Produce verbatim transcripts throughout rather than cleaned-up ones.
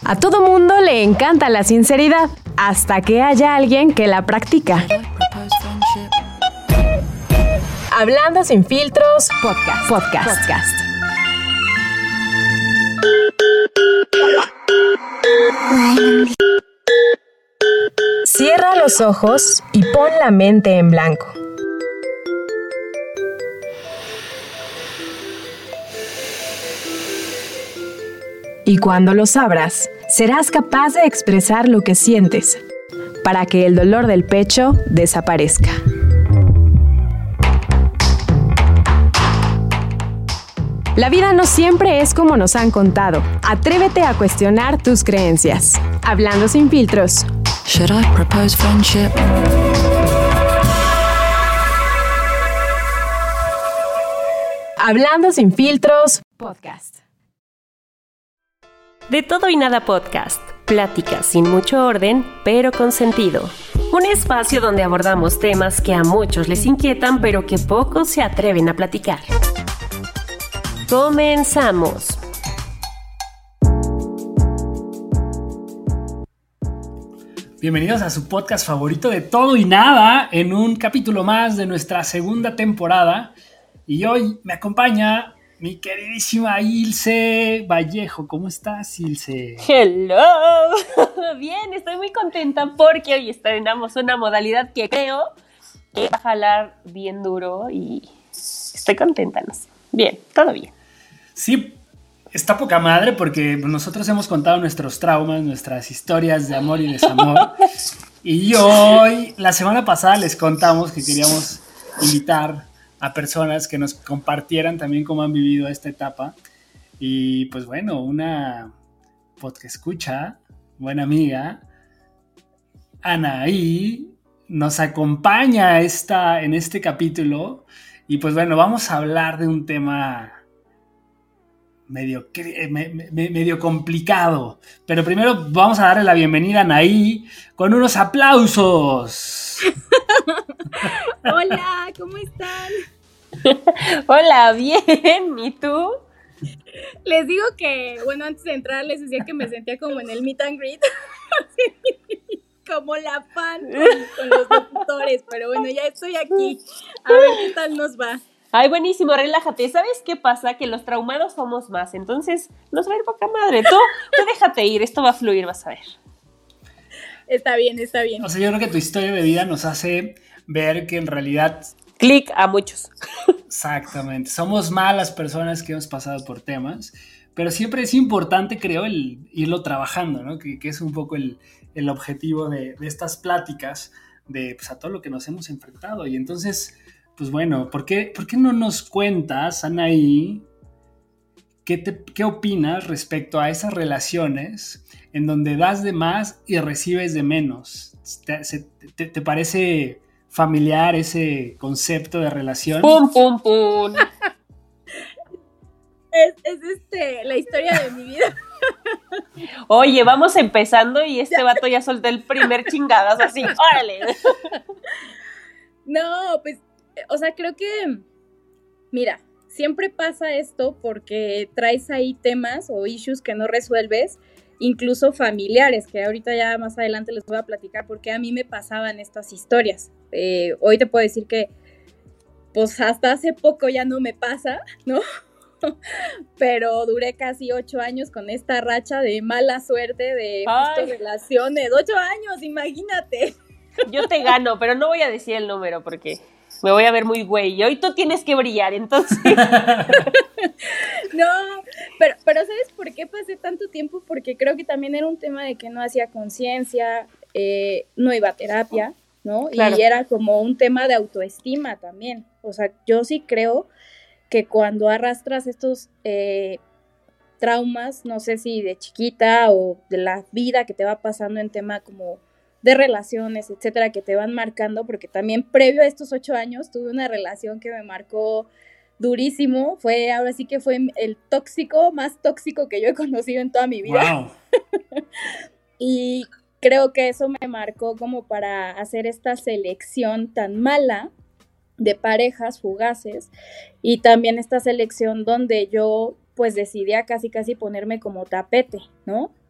A todo mundo le encanta la sinceridad, hasta que haya alguien que la practica. Hablando sin filtros, podcast. Podcast. Podcast. Cierra los ojos y pon la mente en blanco. Y cuando los abras, serás capaz de expresar lo que sientes, para que el dolor del pecho desaparezca. La vida no siempre es como nos han contado. Atrévete a cuestionar tus creencias. Hablando sin filtros. Should I propose friendship? Hablando sin filtros, podcast. De Todo y Nada Podcast, pláticas sin mucho orden, pero con sentido. Un espacio donde abordamos temas que a muchos les inquietan, pero que pocos se atreven a platicar. Comenzamos. Bienvenidos a su podcast favorito de Todo y Nada, en un capítulo más de nuestra segunda temporada. Y hoy me acompaña mi queridísima Ilse Vallejo. ¿Cómo estás, Ilse? Hello. Bien, estoy muy contenta porque hoy estrenamos una modalidad que creo que va a jalar bien duro y estoy contenta, no sé. Bien, todo bien. Sí, está poca madre porque nosotros hemos contado nuestros traumas, nuestras historias de amor y desamor. Y hoy, la semana pasada les contamos que queríamos invitar a personas que nos compartieran también cómo han vivido esta etapa. Y pues bueno, una podcast escucha, buena amiga, Anaí, nos acompaña esta, en este capítulo. Y pues bueno, vamos a hablar de un tema medio, me, me, medio complicado. Pero primero vamos a darle la bienvenida a Anaí con unos aplausos. Hola, ¿cómo están? Hola, bien, ¿y tú? Les digo que, bueno, antes de entrar les decía que me sentía como en el meet and greet, como la fan con, con los locutores, pero bueno, ya estoy aquí, a ver qué tal nos va. Ay, buenísimo, relájate. ¿Sabes qué pasa? Que los traumados somos más, entonces nos va a ir poca madre. Tú, tú déjate ir, esto va a fluir, vas a ver. Está bien, está bien. O sea, yo creo que tu historia de vida nos hace ver que en realidad... Clic a muchos. Exactamente. Somos malas personas que hemos pasado por temas, pero siempre es importante, creo, el irlo trabajando, ¿no? Que, que es un poco el, el objetivo de, de estas pláticas, de pues, a todo lo que nos hemos enfrentado. Y entonces... Pues bueno, ¿por qué, ¿por qué no nos cuentas, Anaí, qué, te, qué opinas respecto a esas relaciones en donde das de más y recibes de menos? ¿Te, se, te, te parece familiar ese concepto de relación? ¡Pum, pum, pum! Es, es este, la historia de mi vida. Oye, vamos empezando y este vato ya soltó el primer chingadas así, ¡órale! No, pues... O sea, creo que, mira, siempre pasa esto porque traes ahí temas o issues que no resuelves, incluso familiares, que ahorita ya más adelante les voy a platicar porque a mí me pasaban estas historias. Eh, hoy te puedo decir que, pues hasta hace poco ya no me pasa, ¿no? Pero duré casi ocho años con esta racha de mala suerte, de justo relaciones. Ocho años, imagínate. Yo te gano, pero no voy a decir el número porque... me voy a ver muy güey, y hoy tú tienes que brillar, entonces. No, pero, pero ¿sabes por qué pasé tanto tiempo? Porque creo que también era un tema de que no hacía conciencia, eh, no iba a terapia, ¿no? Claro. Y era como un tema de autoestima también. O sea, yo sí creo que cuando arrastras estos eh, traumas, no sé si de chiquita o de la vida que te va pasando en tema como... de relaciones, etcétera, que te van marcando, porque también previo a estos ocho años tuve una relación que me marcó durísimo, fue, ahora sí que fue el tóxico, más tóxico que yo he conocido en toda mi vida. Wow. Y creo que eso me marcó como para hacer esta selección tan mala de parejas fugaces, y también esta selección donde yo pues decidía casi casi ponerme como tapete, ¿no?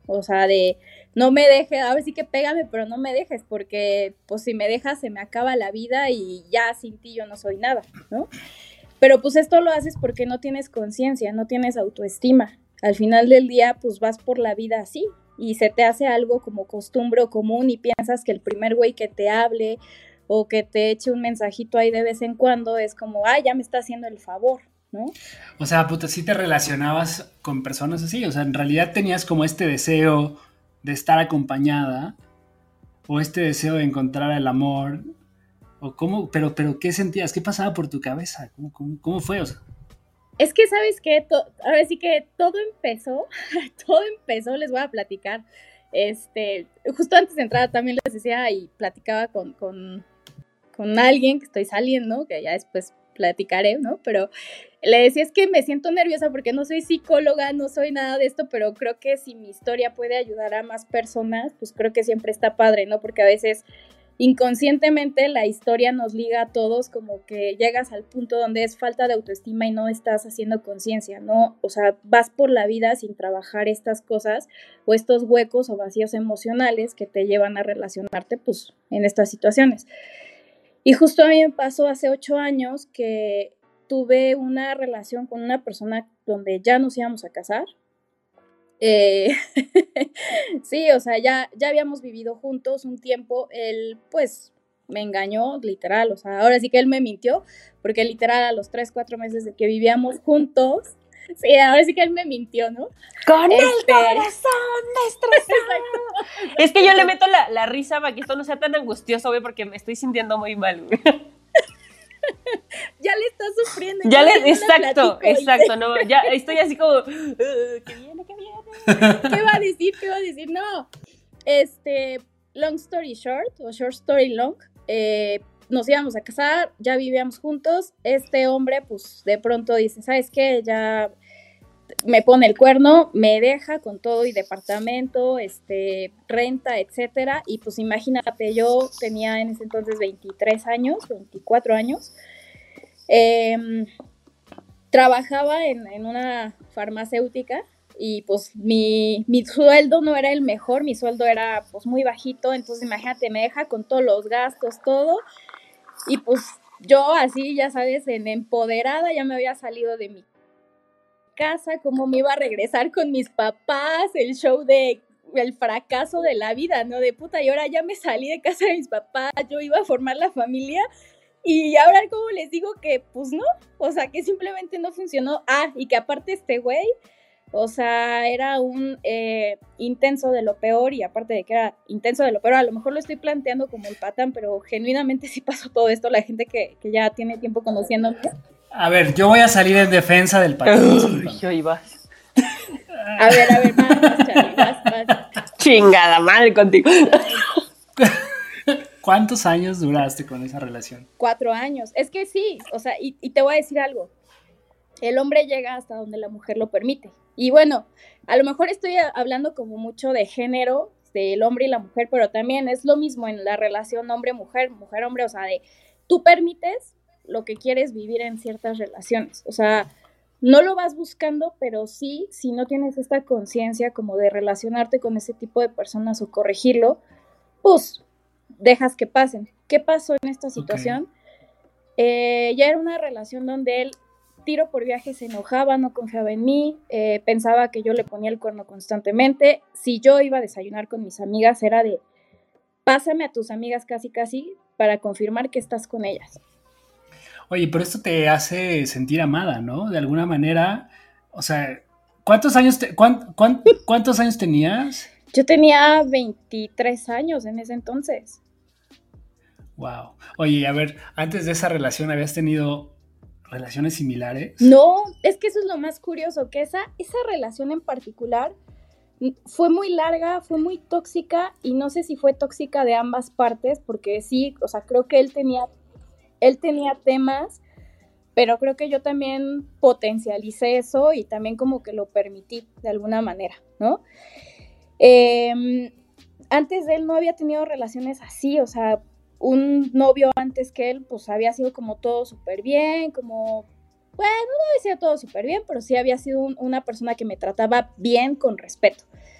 o sea, de no me dejes, a ver sí que pégame, pero no me dejes, porque pues si me dejas se me acaba la vida y ya sin ti yo no soy nada, ¿no? Pero pues esto lo haces porque no tienes conciencia, no tienes autoestima. Al final del día pues vas por la vida así y se te hace algo como costumbre o común y piensas que el primer güey que te hable o que te eche un mensajito ahí de vez en cuando es como, ah, ya me está haciendo el favor, ¿no? O sea, puta, sí te relacionabas con personas así, o sea, en realidad tenías como este deseo de estar acompañada o este deseo de encontrar el amor, o cómo, pero, pero ¿qué sentías? ¿Qué pasaba por tu cabeza? ¿Cómo, cómo, cómo fue? O sea, es que, ¿sabes qué? To- ahora sí que todo empezó, todo empezó, les voy a platicar, este, justo antes de entrar también les decía y platicaba con, con, con alguien que estoy saliendo, que ya después platicaré, ¿no? Pero le decía, es que me siento nerviosa porque no soy psicóloga, no soy nada de esto, pero creo que si mi historia puede ayudar a más personas, pues creo que siempre está padre, ¿no? Porque a veces inconscientemente la historia nos liga a todos, como que llegas al punto donde es falta de autoestima y no estás haciendo conciencia, ¿no? O sea, vas por la vida sin trabajar estas cosas o estos huecos o vacíos emocionales que te llevan a relacionarte, pues, en estas situaciones. Y justo a mí me pasó hace ocho años que tuve una relación con una persona donde ya nos íbamos a casar. Eh, sí, o sea, ya, ya habíamos vivido juntos un tiempo. Él, pues, me engañó, literal. O sea, ahora sí que él me mintió, porque literal a los tres, cuatro meses de que vivíamos juntos, sí, ahora sí que él me mintió, ¿no? Con Este... el corazón destrozado. Es que yo le meto la, la risa para que esto no sea tan angustioso, güey, porque me estoy sintiendo muy mal, güey. Ya le estás sufriendo. Ya le, exacto, exacto, no, ya estoy así como, uh, que viene, que viene. ¿Qué va a decir? ¿Qué va a decir? No, este, long story short, o short story long, eh, nos íbamos a casar, ya vivíamos juntos, este hombre, pues, de pronto dice, ¿sabes qué? Ya me pone el cuerno, me deja con todo y departamento, este, renta, etcétera, y pues imagínate, yo tenía en ese entonces veintitrés años, veinticuatro años, eh, trabajaba en, en una farmacéutica y pues mi, mi sueldo no era el mejor, mi sueldo era pues muy bajito, entonces imagínate, me deja con todos los gastos, todo, y pues yo así, ya sabes, en empoderada, ya me había salido de mi casa, cómo me iba a regresar con mis papás, el show de el fracaso de la vida, ¿no? De puta, y ahora ya me salí de casa de mis papás, yo iba a formar la familia, y ahora cómo les digo que, pues no, o sea, que simplemente no funcionó. Ah, y que aparte este güey, o sea, era un eh, intenso de lo peor, y aparte de que era intenso de lo peor, a lo mejor lo estoy planteando como el patán, pero genuinamente sí pasó todo esto, la gente que, que ya tiene tiempo conociéndome. A ver, yo voy a salir en defensa del patán. Uy, ahí vas. A ver, a ver, vas, vas, Charlie, vas, vas. Chingada madre contigo. ¿Cuántos años duraste con esa relación? Cuatro años. Es que sí, o sea, y, y te voy a decir algo. El hombre llega hasta donde la mujer lo permite. Y bueno, a lo mejor estoy hablando como mucho de género, del hombre y la mujer, pero también es lo mismo en la relación hombre-mujer, mujer-hombre, o sea, de tú permites lo que quieres vivir en ciertas relaciones. O sea, no lo vas buscando, pero sí, si no tienes esta conciencia como de relacionarte con ese tipo de personas o corregirlo, pues dejas que pasen. ¿Qué pasó en esta situación? Okay. Eh, ya era una relación donde él, tiro por viaje, se enojaba, no confiaba en mí, eh, pensaba que yo le ponía el cuerno constantemente. Si yo iba a desayunar con mis amigas, era de, pásame a tus amigas casi casi para confirmar que estás con ellas. Oye, pero esto te hace sentir amada, ¿no? De alguna manera, o sea, ¿cuántos años, te, cuán, cuán, ¿cuántos años tenías? Yo tenía veintitrés años en ese entonces. Wow. Oye, a ver, antes de esa relación, ¿habías tenido relaciones similares? No, es que eso es lo más curioso, que esa, esa relación en particular fue muy larga, fue muy tóxica, y no sé si fue tóxica de ambas partes, porque sí, o sea, creo que él tenía, él tenía temas, pero creo que yo también potencialicé eso y también como que lo permití de alguna manera, ¿no? Eh, antes de él no había tenido relaciones así, o sea, un novio antes que él, pues había sido como todo súper bien, como, bueno, no había sido todo súper bien, pero sí había sido un, una persona que me trataba bien, con respeto.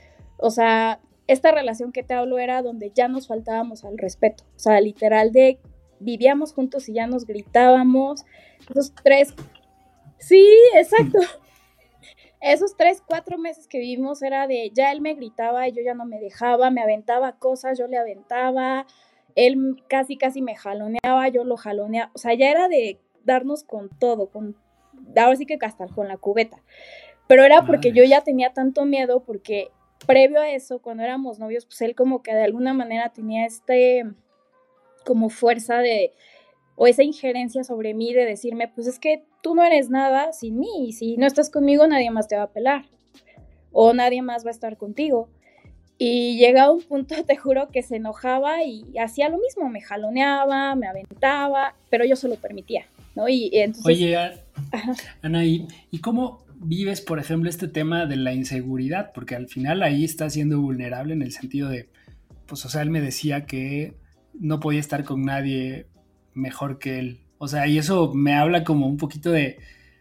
o sea, esta relación que te hablo era donde ya nos faltábamos al respeto, o sea, literal de vivíamos juntos y ya nos gritábamos, esos tres, sí, exacto, esos tres, cuatro meses que vivimos era de, ya él me gritaba y yo ya no me dejaba, me aventaba cosas, yo le aventaba, él casi casi me jaloneaba, yo lo jaloneaba, o sea, ya era de darnos con todo, con, ahora sí que hasta con la cubeta, pero era porque yo ya tenía tanto miedo, porque previo a eso, cuando éramos novios, pues él como que de alguna manera tenía este, como fuerza de, o esa injerencia sobre mí de decirme, pues es que tú no eres nada sin mí, y si no estás conmigo nadie más te va a pelar, o nadie más va a estar contigo. Y llegaba un punto, te juro, que se enojaba y hacía lo mismo, me jaloneaba, me aventaba, pero yo se lo permitía, ¿no? Y, y entonces... Oye, Ana, ¿y, ¿y cómo vives, por ejemplo, este tema de la inseguridad? Porque al final ahí está siendo vulnerable en el sentido de, pues, o sea, él me decía que no podía estar con nadie mejor que él. O sea, y eso me habla como un poquito de...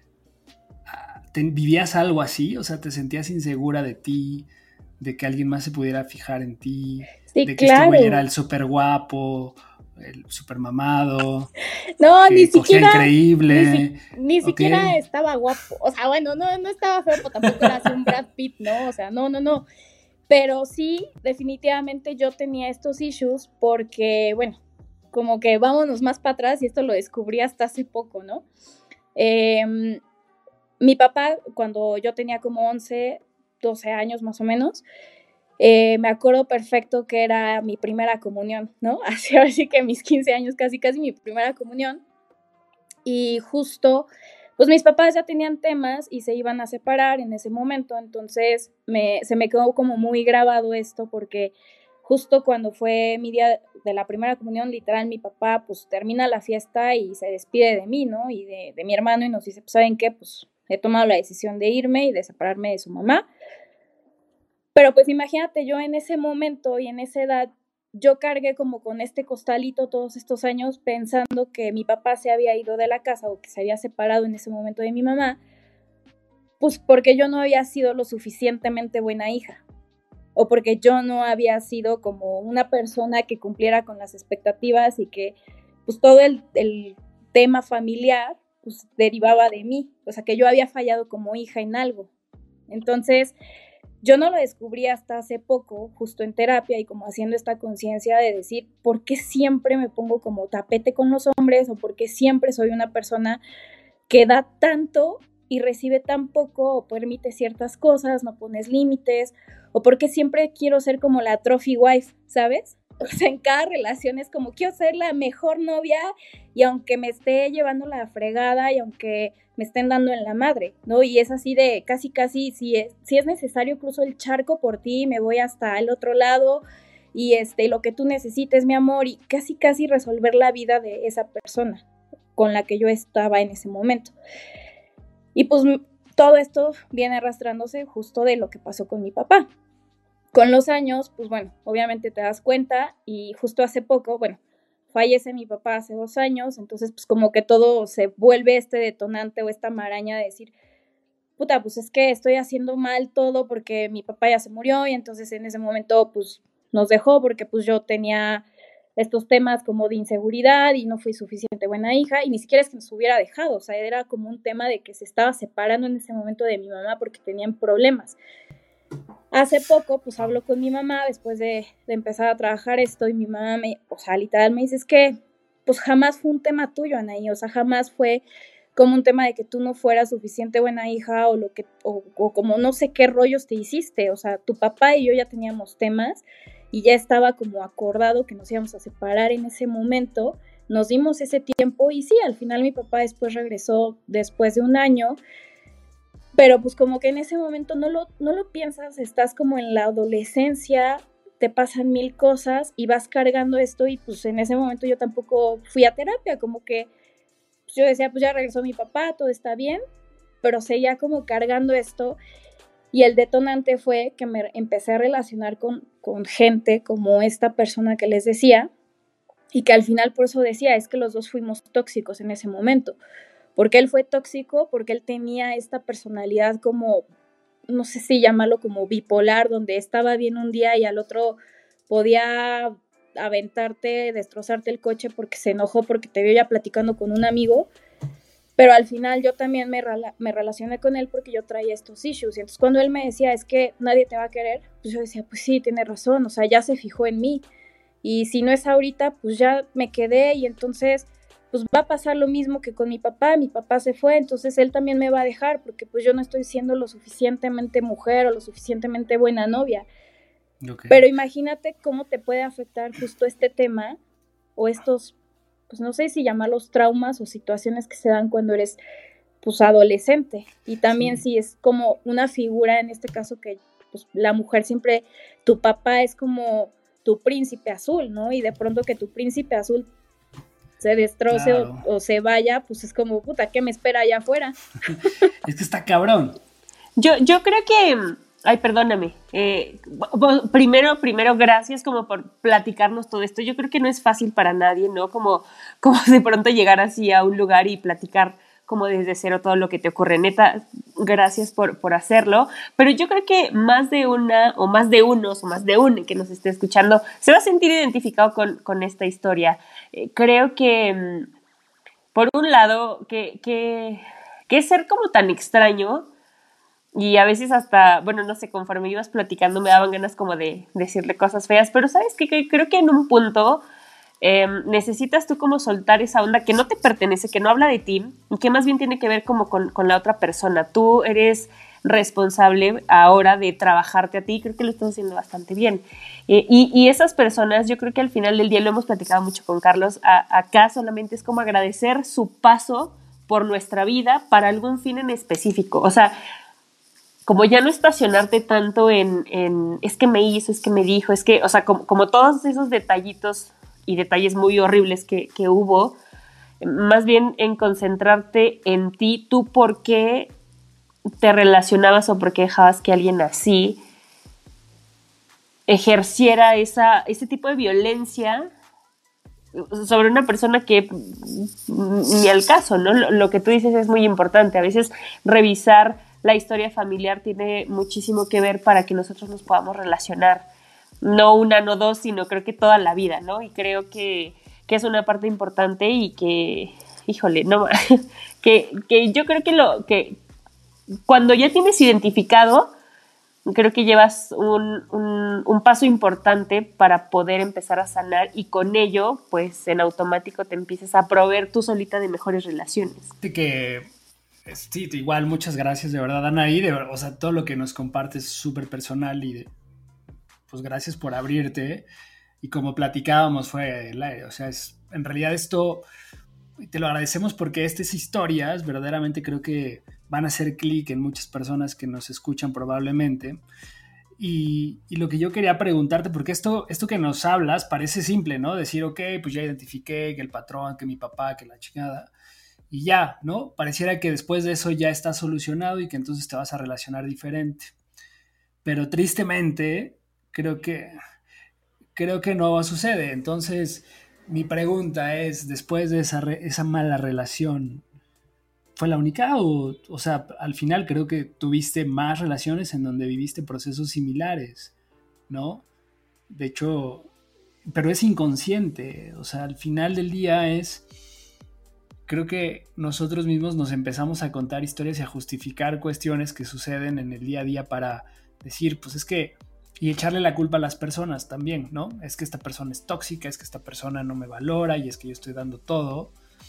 ¿te, ¿Vivías algo así? O sea, ¿te sentías insegura de ti? De que alguien más se pudiera fijar en ti, sí, de que claro. este güey era el súper guapo, el súper mamado, no, ni siquiera, increíble. Ni, si, ni okay. siquiera estaba guapo, o sea, bueno, no, no estaba feo, pero tampoco era así un Brad Pitt, ¿no? O sea, no, no, no, pero sí, definitivamente yo tenía estos issues porque, bueno, como que vámonos más para atrás y esto lo descubrí hasta hace poco, ¿no? Eh, mi papá, cuando yo tenía como once, doce años más o menos, eh, me acuerdo perfecto que era mi primera comunión, ¿no? Así, así que mis quince años, casi casi mi primera comunión, y justo, pues mis papás ya tenían temas y se iban a separar en ese momento, entonces me, se me quedó como muy grabado esto, porque justo cuando fue mi día de la primera comunión, literal, mi papá pues termina la fiesta y se despide de mí, ¿no? Y de, de mi hermano, y nos dice, pues, ¿saben qué? Pues he tomado la decisión de irme y de separarme de su mamá. Pero pues imagínate, yo en ese momento y en esa edad, yo cargué como con este costalito todos estos años pensando que mi papá se había ido de la casa o que se había separado en ese momento de mi mamá, pues porque yo no había sido lo suficientemente buena hija o porque yo no había sido como una persona que cumpliera con las expectativas y que pues todo el, el tema familiar pues derivaba de mí, o sea que yo había fallado como hija en algo. Entonces yo no lo descubrí hasta hace poco, justo en terapia y como haciendo esta conciencia de decir, ¿por qué siempre me pongo como tapete con los hombres? ¿O por qué siempre soy una persona que da tanto y recibe tan poco? ¿O permite ciertas cosas, no pones límites? ¿O por qué siempre quiero ser como la trophy wife, ¿sabes? O sea, en cada relación es como, quiero ser la mejor novia y aunque me esté llevando la fregada y aunque me estén dando en la madre, ¿no? Y es así de casi, casi, si es, si es necesario, cruzo el charco por ti, me voy hasta el otro lado y este, lo que tú necesites, mi amor, y casi, casi resolver la vida de esa persona con la que yo estaba en ese momento. Y pues todo esto viene arrastrándose justo de lo que pasó con mi papá. Con los años, pues bueno, obviamente te das cuenta y justo hace poco, bueno, fallece mi papá hace dos años, entonces pues como que todo se vuelve este detonante o esta maraña de decir, puta, pues es que estoy haciendo mal todo porque mi papá ya se murió y entonces en ese momento pues nos dejó porque pues yo tenía estos temas como de inseguridad y no fui suficiente buena hija y ni siquiera es que nos hubiera dejado, o sea, era como un tema de que se estaba separando en ese momento de mi mamá porque tenían problemas. Hace poco, pues hablo con mi mamá después de, de empezar a trabajar esto y mi mamá, me, o sea, literal me dice, es que pues jamás fue un tema tuyo, Anaí, o sea, jamás fue como un tema de que tú no fueras suficiente buena hija o, lo que, o, o como no sé qué rollos te hiciste, o sea, tu papá y yo ya teníamos temas y ya estaba como acordado que nos íbamos a separar en ese momento, nos dimos ese tiempo y sí, al final mi papá después regresó después de un año. Pero pues como que en ese momento no lo, no lo piensas, estás como en la adolescencia, te pasan mil cosas y vas cargando esto y pues en ese momento yo tampoco fui a terapia, como que pues, yo decía pues ya regresó mi papá, todo está bien, pero seguía como cargando esto y el detonante fue que me empecé a relacionar con, con gente como esta persona que les decía y que al final por eso decía, es que los dos fuimos tóxicos en ese momento. Porque él fue tóxico, porque él tenía esta personalidad como no sé si llamarlo como bipolar, donde estaba bien un día y al otro podía aventarte, destrozarte el coche porque se enojó porque te vio ya platicando con un amigo, pero al final yo también me, rela- me relacioné con él porque yo traía estos issues, y entonces cuando él me decía, es que nadie te va a querer, pues yo decía, pues sí, tiene razón, o sea, ya se fijó en mí, y si no es ahorita, pues ya me quedé, y entonces pues va a pasar lo mismo que con mi papá, mi papá se fue, entonces él también me va a dejar, porque pues yo no estoy siendo lo suficientemente mujer o lo suficientemente buena novia. Okay. Pero imagínate cómo te puede afectar justo este tema, o estos, pues no sé si llamarlos traumas o situaciones que se dan cuando eres pues adolescente, y también sí. Si es como una figura, en este caso que pues la mujer siempre, tu papá es como tu príncipe azul, ¿no? Y de pronto que tu príncipe azul se destroce, claro, o, o se vaya, pues es como, puta, ¿qué me espera allá afuera? Es que está cabrón. Yo, yo creo que, ay, perdóname, eh, primero, primero, gracias como por platicarnos todo esto. Yo creo que no es fácil para nadie, ¿no? Como, como de pronto llegar así a un lugar y platicar como desde cero todo lo que te ocurre. Neta, gracias por, por hacerlo. Pero yo creo que más de una, o más de unos, o más de un que nos esté escuchando, se va a sentir identificado con, con esta historia. Eh, creo que, por un lado, que, que, que es ser como tan extraño, y a veces hasta, bueno, no sé, conforme ibas platicando me daban ganas como de decirle cosas feas, pero ¿sabes qué? Que creo que en un punto eh, necesitas tú como soltar esa onda que no te pertenece, que no habla de ti, y que más bien tiene que ver como con, con la otra persona. Tú eres responsable ahora de trabajarte a ti, creo que lo estás haciendo bastante bien. Eh, y, y esas personas, yo creo que al final del día, lo hemos platicado mucho con Carlos, a, acá solamente es como agradecer su paso por nuestra vida para algún fin en específico. O sea, como ya no estacionarte tanto en, en es que me hizo, es que me dijo, es que, o sea, como, como todos esos detallitos y detalles muy horribles que, que hubo, más bien en concentrarte en ti, tú por qué te relacionabas o por qué dejabas que alguien así ejerciera esa, ese tipo de violencia sobre una persona que ni al caso, ¿no? Lo, lo que tú dices es muy importante. A veces revisar la historia familiar tiene muchísimo que ver para que nosotros nos podamos relacionar. No una, no dos, sino creo que toda la vida, ¿no? Y creo que, que es una parte importante y que, híjole, no, que, que yo creo que lo que cuando ya tienes identificado, creo que llevas un, un, un paso importante para poder empezar a sanar, y con ello, pues en automático te empiezas a proveer tú solita de mejores relaciones. Que sí, igual, muchas gracias, de verdad, Anaí, de verdad, o sea, todo lo que nos compartes es súper personal, y de, pues gracias por abrirte, y como platicábamos fue el aire, o sea, es, en realidad esto, te lo agradecemos porque estas historias verdaderamente creo que van a hacer clic en muchas personas que nos escuchan probablemente, y, y lo que yo quería preguntarte, porque esto, esto que nos hablas parece simple, ¿no? Decir, ok, pues ya identifiqué que el patrón, que mi papá, que la chingada, y ya, ¿no? Pareciera que después de eso ya está solucionado y que entonces te vas a relacionar diferente. Pero tristemente, creo que, creo que no sucede. Entonces, mi pregunta es, después de esa, re, esa mala relación, ¿fue la única? O, o sea, al final creo que tuviste más relaciones en donde viviste procesos similares, ¿no? De hecho, pero es inconsciente. O sea, al final del día es... Creo que nosotros mismos nos empezamos a contar historias y a justificar cuestiones que suceden en el día a día para decir, pues es que, y echarle la culpa a las personas también, ¿no? Es que esta persona es tóxica, es que esta persona no me valora y es que yo estoy dando todo.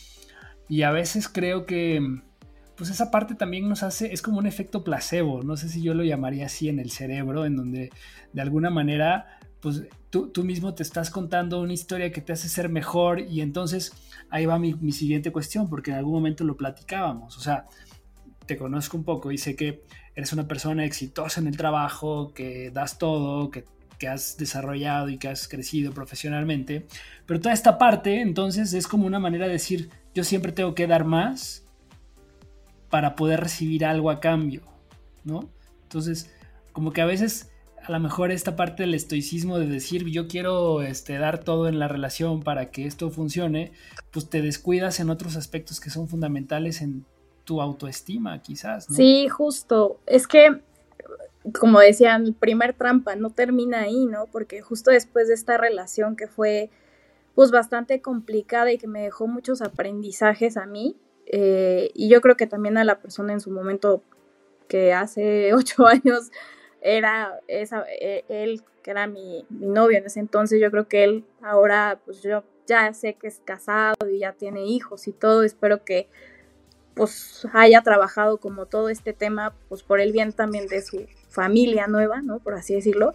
Y a veces creo que, pues esa parte también nos hace, es como un efecto placebo, no sé si yo lo llamaría así en el cerebro, en donde de alguna manera, pues tú, tú mismo te estás contando una historia que te hace ser mejor, y entonces ahí va mi, mi siguiente cuestión, porque en algún momento lo platicábamos, o sea, te conozco un poco y sé que eres una persona exitosa en el trabajo, que das todo, que, que has desarrollado y que has crecido profesionalmente, pero toda esta parte entonces es como una manera de decir, yo siempre tengo que dar más para poder recibir algo a cambio, ¿no? Entonces, como que a veces... a lo mejor esta parte del estoicismo de decir yo quiero este, dar todo en la relación para que esto funcione, pues te descuidas en otros aspectos que son fundamentales en tu autoestima, quizás, ¿no? Sí, justo. Es que como decían, el primer trampa no termina ahí, ¿no? Porque justo después de esta relación que fue pues bastante complicada y que me dejó muchos aprendizajes a mí, eh, y yo creo que también a la persona en su momento que hace ocho años era esa, él que era mi, mi novio en ese entonces, yo creo que él ahora pues yo ya sé que es casado y ya tiene hijos y todo, espero que pues haya trabajado como todo este tema pues por el bien también de su familia nueva, ¿no? Por así decirlo,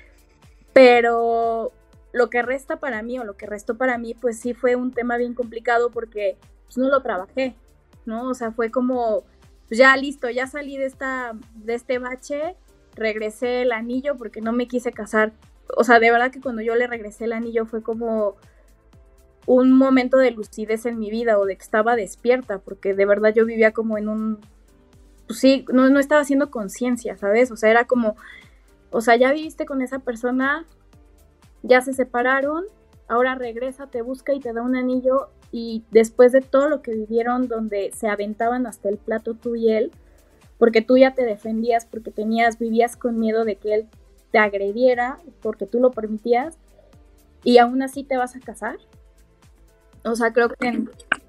pero lo que resta para mí o lo que restó para mí pues sí fue un tema bien complicado porque pues no lo trabajé, ¿no? O sea, fue como pues ya listo, ya salí de esta de este bache, regresé el anillo porque no me quise casar, o sea, de verdad que cuando yo le regresé el anillo fue como un momento de lucidez en mi vida o de que estaba despierta, porque de verdad yo vivía como en un, pues sí, no, no estaba haciendo conciencia, ¿sabes? O sea, era como, o sea, ya viviste con esa persona, ya se separaron, ahora regresa, te busca y te da un anillo, y después de todo lo que vivieron donde se aventaban hasta el plato tú y él, porque tú ya te defendías, porque tenías, vivías con miedo de que él te agrediera, porque tú lo permitías, y aún así te vas a casar. O sea, creo que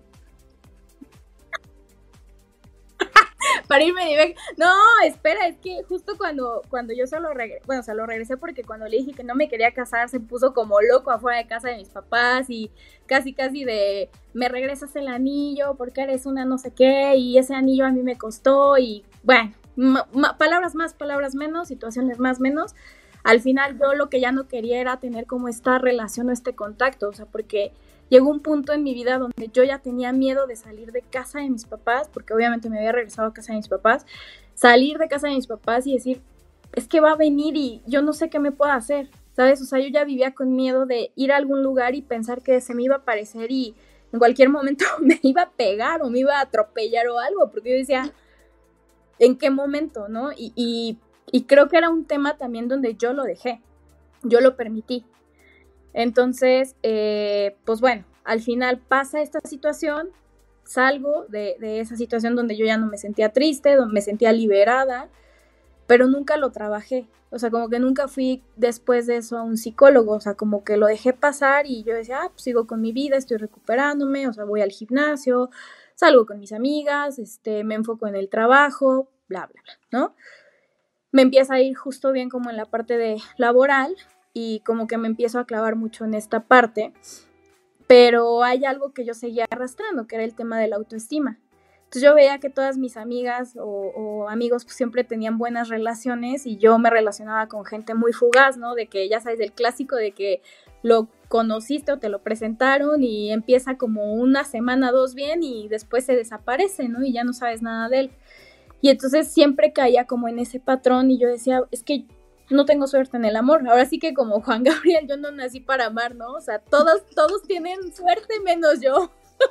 para irme de... No, espera, es que justo cuando, cuando yo se lo regresé, bueno, se lo regresé porque cuando le dije que no me quería casar, se puso como loco afuera de casa de mis papás y casi casi de, me regresas el anillo porque eres una no sé qué y ese anillo a mí me costó y bueno, ma, ma, palabras más, palabras menos, situaciones más, menos. Al final yo lo que ya no quería era tener como esta relación o este contacto, o sea, porque llegó un punto en mi vida donde yo ya tenía miedo de salir de casa de mis papás, porque obviamente me había regresado a casa de mis papás, salir de casa de mis papás y decir, es que va a venir y yo no sé qué me pueda hacer, ¿sabes? O sea, yo ya vivía con miedo de ir a algún lugar y pensar que se me iba a aparecer y en cualquier momento me iba a pegar o me iba a atropellar o algo, porque yo decía, ¿en qué momento, no? Y, y, y creo que era un tema también donde yo lo dejé, yo lo permití. Entonces, eh, pues bueno, al final pasa esta situación, salgo de, de esa situación donde yo ya no me sentía triste, donde me sentía liberada, pero nunca lo trabajé, o sea, como que nunca fui después de eso a un psicólogo, o sea, como que lo dejé pasar y yo decía, ah, pues sigo con mi vida, estoy recuperándome, o sea, voy al gimnasio, salgo con mis amigas, este, me enfoco en el trabajo, bla, bla, bla, ¿no? Me empieza a ir justo bien como en la parte de laboral, y como que me empiezo a clavar mucho en esta parte, pero hay algo que yo seguía arrastrando, que era el tema de la autoestima. Entonces yo veía que todas mis amigas o, o amigos pues, siempre tenían buenas relaciones y yo me relacionaba con gente muy fugaz, ¿no? De que ya sabes, el clásico de que lo conociste o te lo presentaron y empieza como una semana, dos bien y después se desaparece, ¿no? Y ya no sabes nada de él. Y entonces siempre caía como en ese patrón y yo decía, es que no tengo suerte en el amor. Ahora sí que como Juan Gabriel, yo no nací para amar, ¿no? O sea, todos, todos tienen suerte menos yo.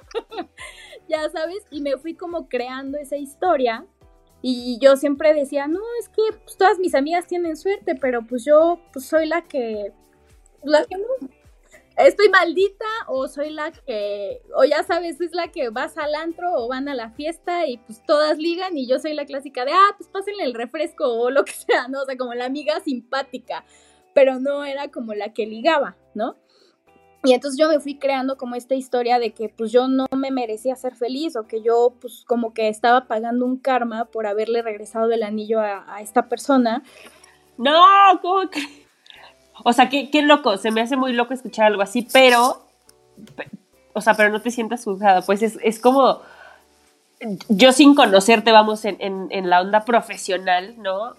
Ya sabes, y me fui como creando esa historia y yo siempre decía, no, es que pues, todas mis amigas tienen suerte, pero pues yo pues, soy la que, la que no. Estoy maldita o soy la que, o ya sabes, es la que vas al antro o van a la fiesta y pues todas ligan y yo soy la clásica de, ah, pues pásenle el refresco o lo que sea, ¿no? O sea, como la amiga simpática, pero no era como la que ligaba, ¿no? Y entonces yo me fui creando como esta historia de que pues yo no me merecía ser feliz o que yo pues como que estaba pagando un karma por haberle regresado el anillo a, a esta persona. No, ¿cómo que? O sea, qué, qué loco, se me hace muy loco escuchar algo así, pero, o sea, pero no te sientas juzgada, pues es, es como, yo sin conocerte, vamos, en, en, en la onda profesional, ¿no?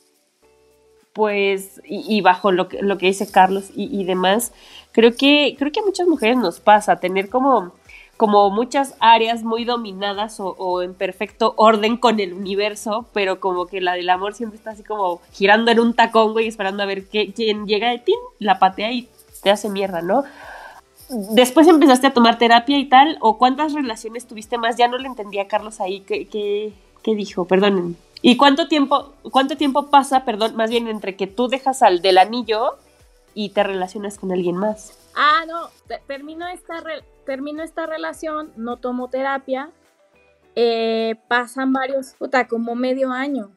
Pues, y, y bajo lo que, lo que dice Carlos y, y demás, creo que, creo que a muchas mujeres nos pasa tener como, como muchas áreas muy dominadas o, o en perfecto orden con el universo, pero como que la del amor siempre está así como girando en un tacón, güey, esperando a ver qué, quién llega de ti, la patea y te hace mierda, ¿no? Después empezaste a tomar terapia y tal, ¿o cuántas relaciones tuviste más? Ya no le entendía a Carlos ahí, ¿qué, qué, qué dijo? Perdonen. ¿Y cuánto tiempo, cuánto tiempo pasa, perdón, más bien entre que tú dejas al del anillo y te relacionas con alguien más? Ah, no, te, termino esta re, termino esta relación, no tomo terapia, eh, pasan varios, puta, como medio año.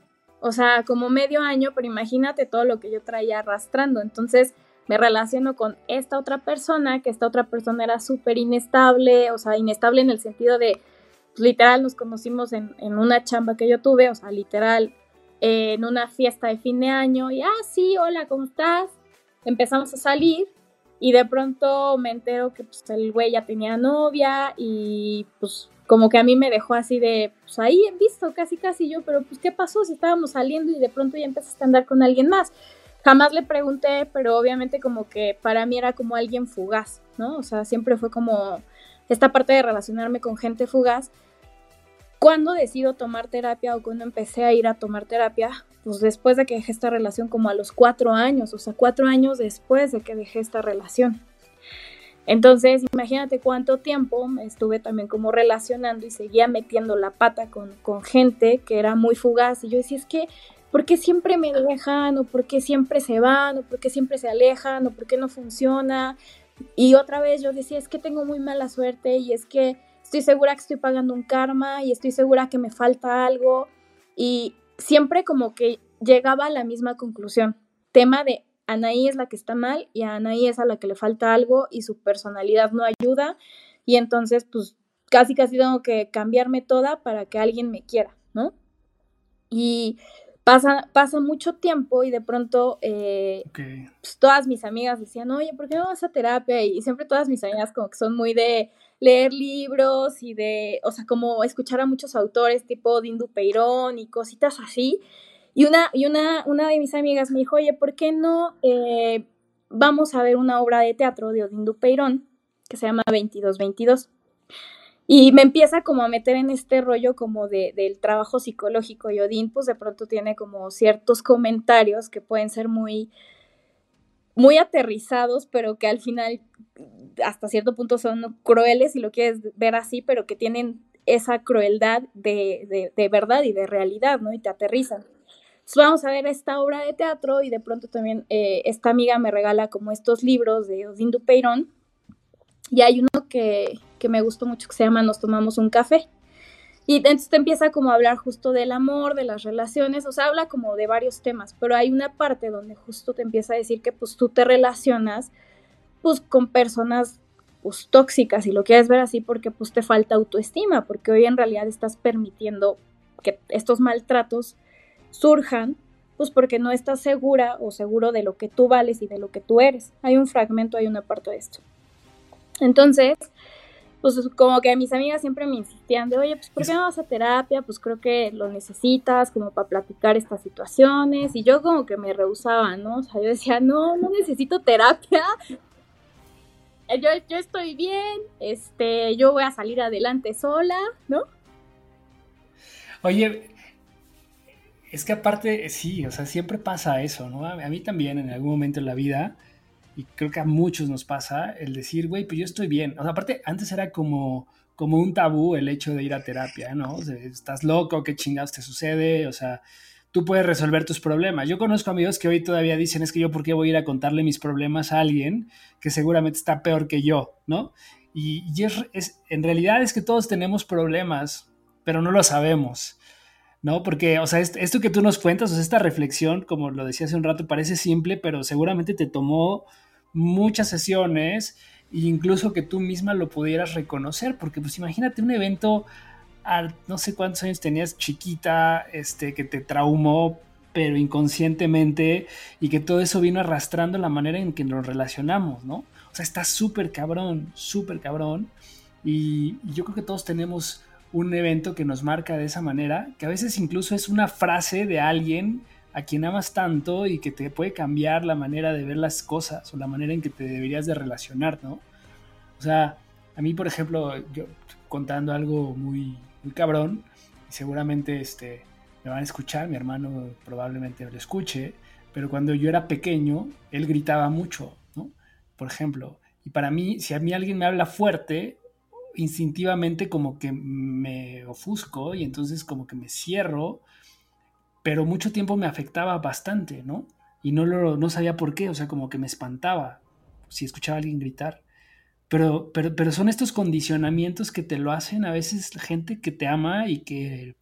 o sea, como medio año, pero imagínate todo lo que yo traía arrastrando. Entonces me relaciono con esta otra persona, que esta otra persona era súper inestable, o sea, inestable en el sentido de, literal, nos conocimos en, en una chamba que yo tuve, o sea, literal, eh, en una fiesta de fin de año, y, ah, sí, hola, ¿cómo estás? Empezamos a salir, y de pronto me entero que, pues, el güey ya tenía novia, y, pues, como que a mí me dejó así de, pues, ahí en visto, casi, casi yo, pero, pues, ¿qué pasó? Si estábamos saliendo y de pronto ya empezaste a andar con alguien más. Jamás le pregunté, pero obviamente como que para mí era como alguien fugaz, ¿no? O sea, siempre fue como esta parte de relacionarme con gente fugaz. ¿Cuándo decido tomar terapia o cuando empecé a ir a tomar terapia? Pues después de que dejé esta relación, como a los cuatro años, o sea, cuatro años después de que dejé esta relación. Entonces, imagínate cuánto tiempo me estuve también como relacionando y seguía metiendo la pata con, con gente que era muy fugaz. Y yo decía, es que, ¿por qué siempre me dejan? ¿O por qué siempre se van? ¿O por qué siempre se alejan? ¿O por qué no funciona? Y otra vez yo decía, es que tengo muy mala suerte y es que estoy segura que estoy pagando un karma y estoy segura que me falta algo. Y siempre como que llegaba a la misma conclusión. Tema de Anaí es la que está mal y a Anaí es a la que le falta algo y su personalidad no ayuda. Y entonces pues casi casi tengo que cambiarme toda para que alguien me quiera, ¿no? Y Pasa, pasa mucho tiempo y de pronto eh, okay. pues, todas mis amigas decían, oye, ¿por qué no vas a terapia? Y siempre todas mis amigas como que son muy de leer libros y de, o sea, como escuchar a muchos autores tipo Dindu Peirón y cositas así. Y una, y una, una de mis amigas me dijo, oye, ¿por qué no eh, vamos a ver una obra de teatro de Dindu Peirón que se llama veintidós veintidós? Y me empieza como a meter en este rollo como de, del trabajo psicológico. Y Odín pues de pronto tiene como ciertos comentarios que pueden ser muy, muy aterrizados, pero que al final hasta cierto punto son crueles si lo quieres ver así, pero que tienen esa crueldad de, de, de verdad y de realidad, ¿no? Y te aterrizan. Entonces vamos a ver esta obra de teatro y de pronto también eh, esta amiga me regala como estos libros de Dindu Peirón. Y hay uno que, que me gustó mucho que se llama Nos tomamos un café. Y entonces te empieza como a hablar justo del amor, de las relaciones, o sea, habla como de varios temas, pero hay una parte donde justo te empieza a decir que pues tú te relacionas pues con personas pues tóxicas, si lo quieres ver así, porque pues te falta autoestima, porque hoy en realidad estás permitiendo que estos maltratos surjan, pues porque no estás segura o seguro de lo que tú vales y de lo que tú eres. Hay un fragmento, hay una parte de esto. Entonces, pues como que mis amigas siempre me insistían de, oye, pues ¿por qué no vas a terapia? Pues creo que lo necesitas como para platicar estas situaciones. Y yo como que me rehusaba, ¿no? O sea, yo decía, no, no necesito terapia. Yo, yo estoy bien, este, yo voy a salir adelante sola, ¿no? Oye, es que aparte, sí, o sea, siempre pasa eso, ¿no? A mí también en algún momento en la vida... Y creo que a muchos nos pasa el decir, güey, pues yo estoy bien. O sea, aparte, antes era como, como un tabú el hecho de ir a terapia, ¿no? O sea, estás loco, qué chingados te sucede, o sea, tú puedes resolver tus problemas. Yo conozco amigos que hoy todavía dicen, es que yo por qué voy a ir a contarle mis problemas a alguien que seguramente está peor que yo, ¿no? Y, y es, es, en realidad es que todos tenemos problemas, pero no lo sabemos, ¿no? Porque, o sea, esto que tú nos cuentas, o sea, esta reflexión, como lo decía hace un rato, parece simple, pero seguramente te tomó muchas sesiones e incluso que tú misma lo pudieras reconocer, porque pues imagínate un evento a no sé cuántos años tenías chiquita, este, que te traumó, pero inconscientemente, y que todo eso vino arrastrando la manera en que nos relacionamos, ¿no? O sea, está súper cabrón, súper cabrón, y, y yo creo que todos tenemos un evento que nos marca de esa manera, que a veces incluso es una frase de alguien a quien amas tanto y que te puede cambiar la manera de ver las cosas o la manera en que te deberías de relacionar, ¿no? O sea, a mí, por ejemplo, yo contando algo muy, muy cabrón, y seguramente este, me van a escuchar, mi hermano probablemente lo escuche, pero cuando yo era pequeño, él gritaba mucho, ¿no? Por ejemplo, y para mí, si a mí alguien me habla fuerte, instintivamente como que me ofusco y entonces como que me cierro, pero mucho tiempo me afectaba bastante, ¿no? Y no, lo, no sabía por qué, o sea, como que me espantaba si escuchaba a alguien gritar. Pero, pero, pero son estos condicionamientos que te lo hacen a veces la gente que te ama y que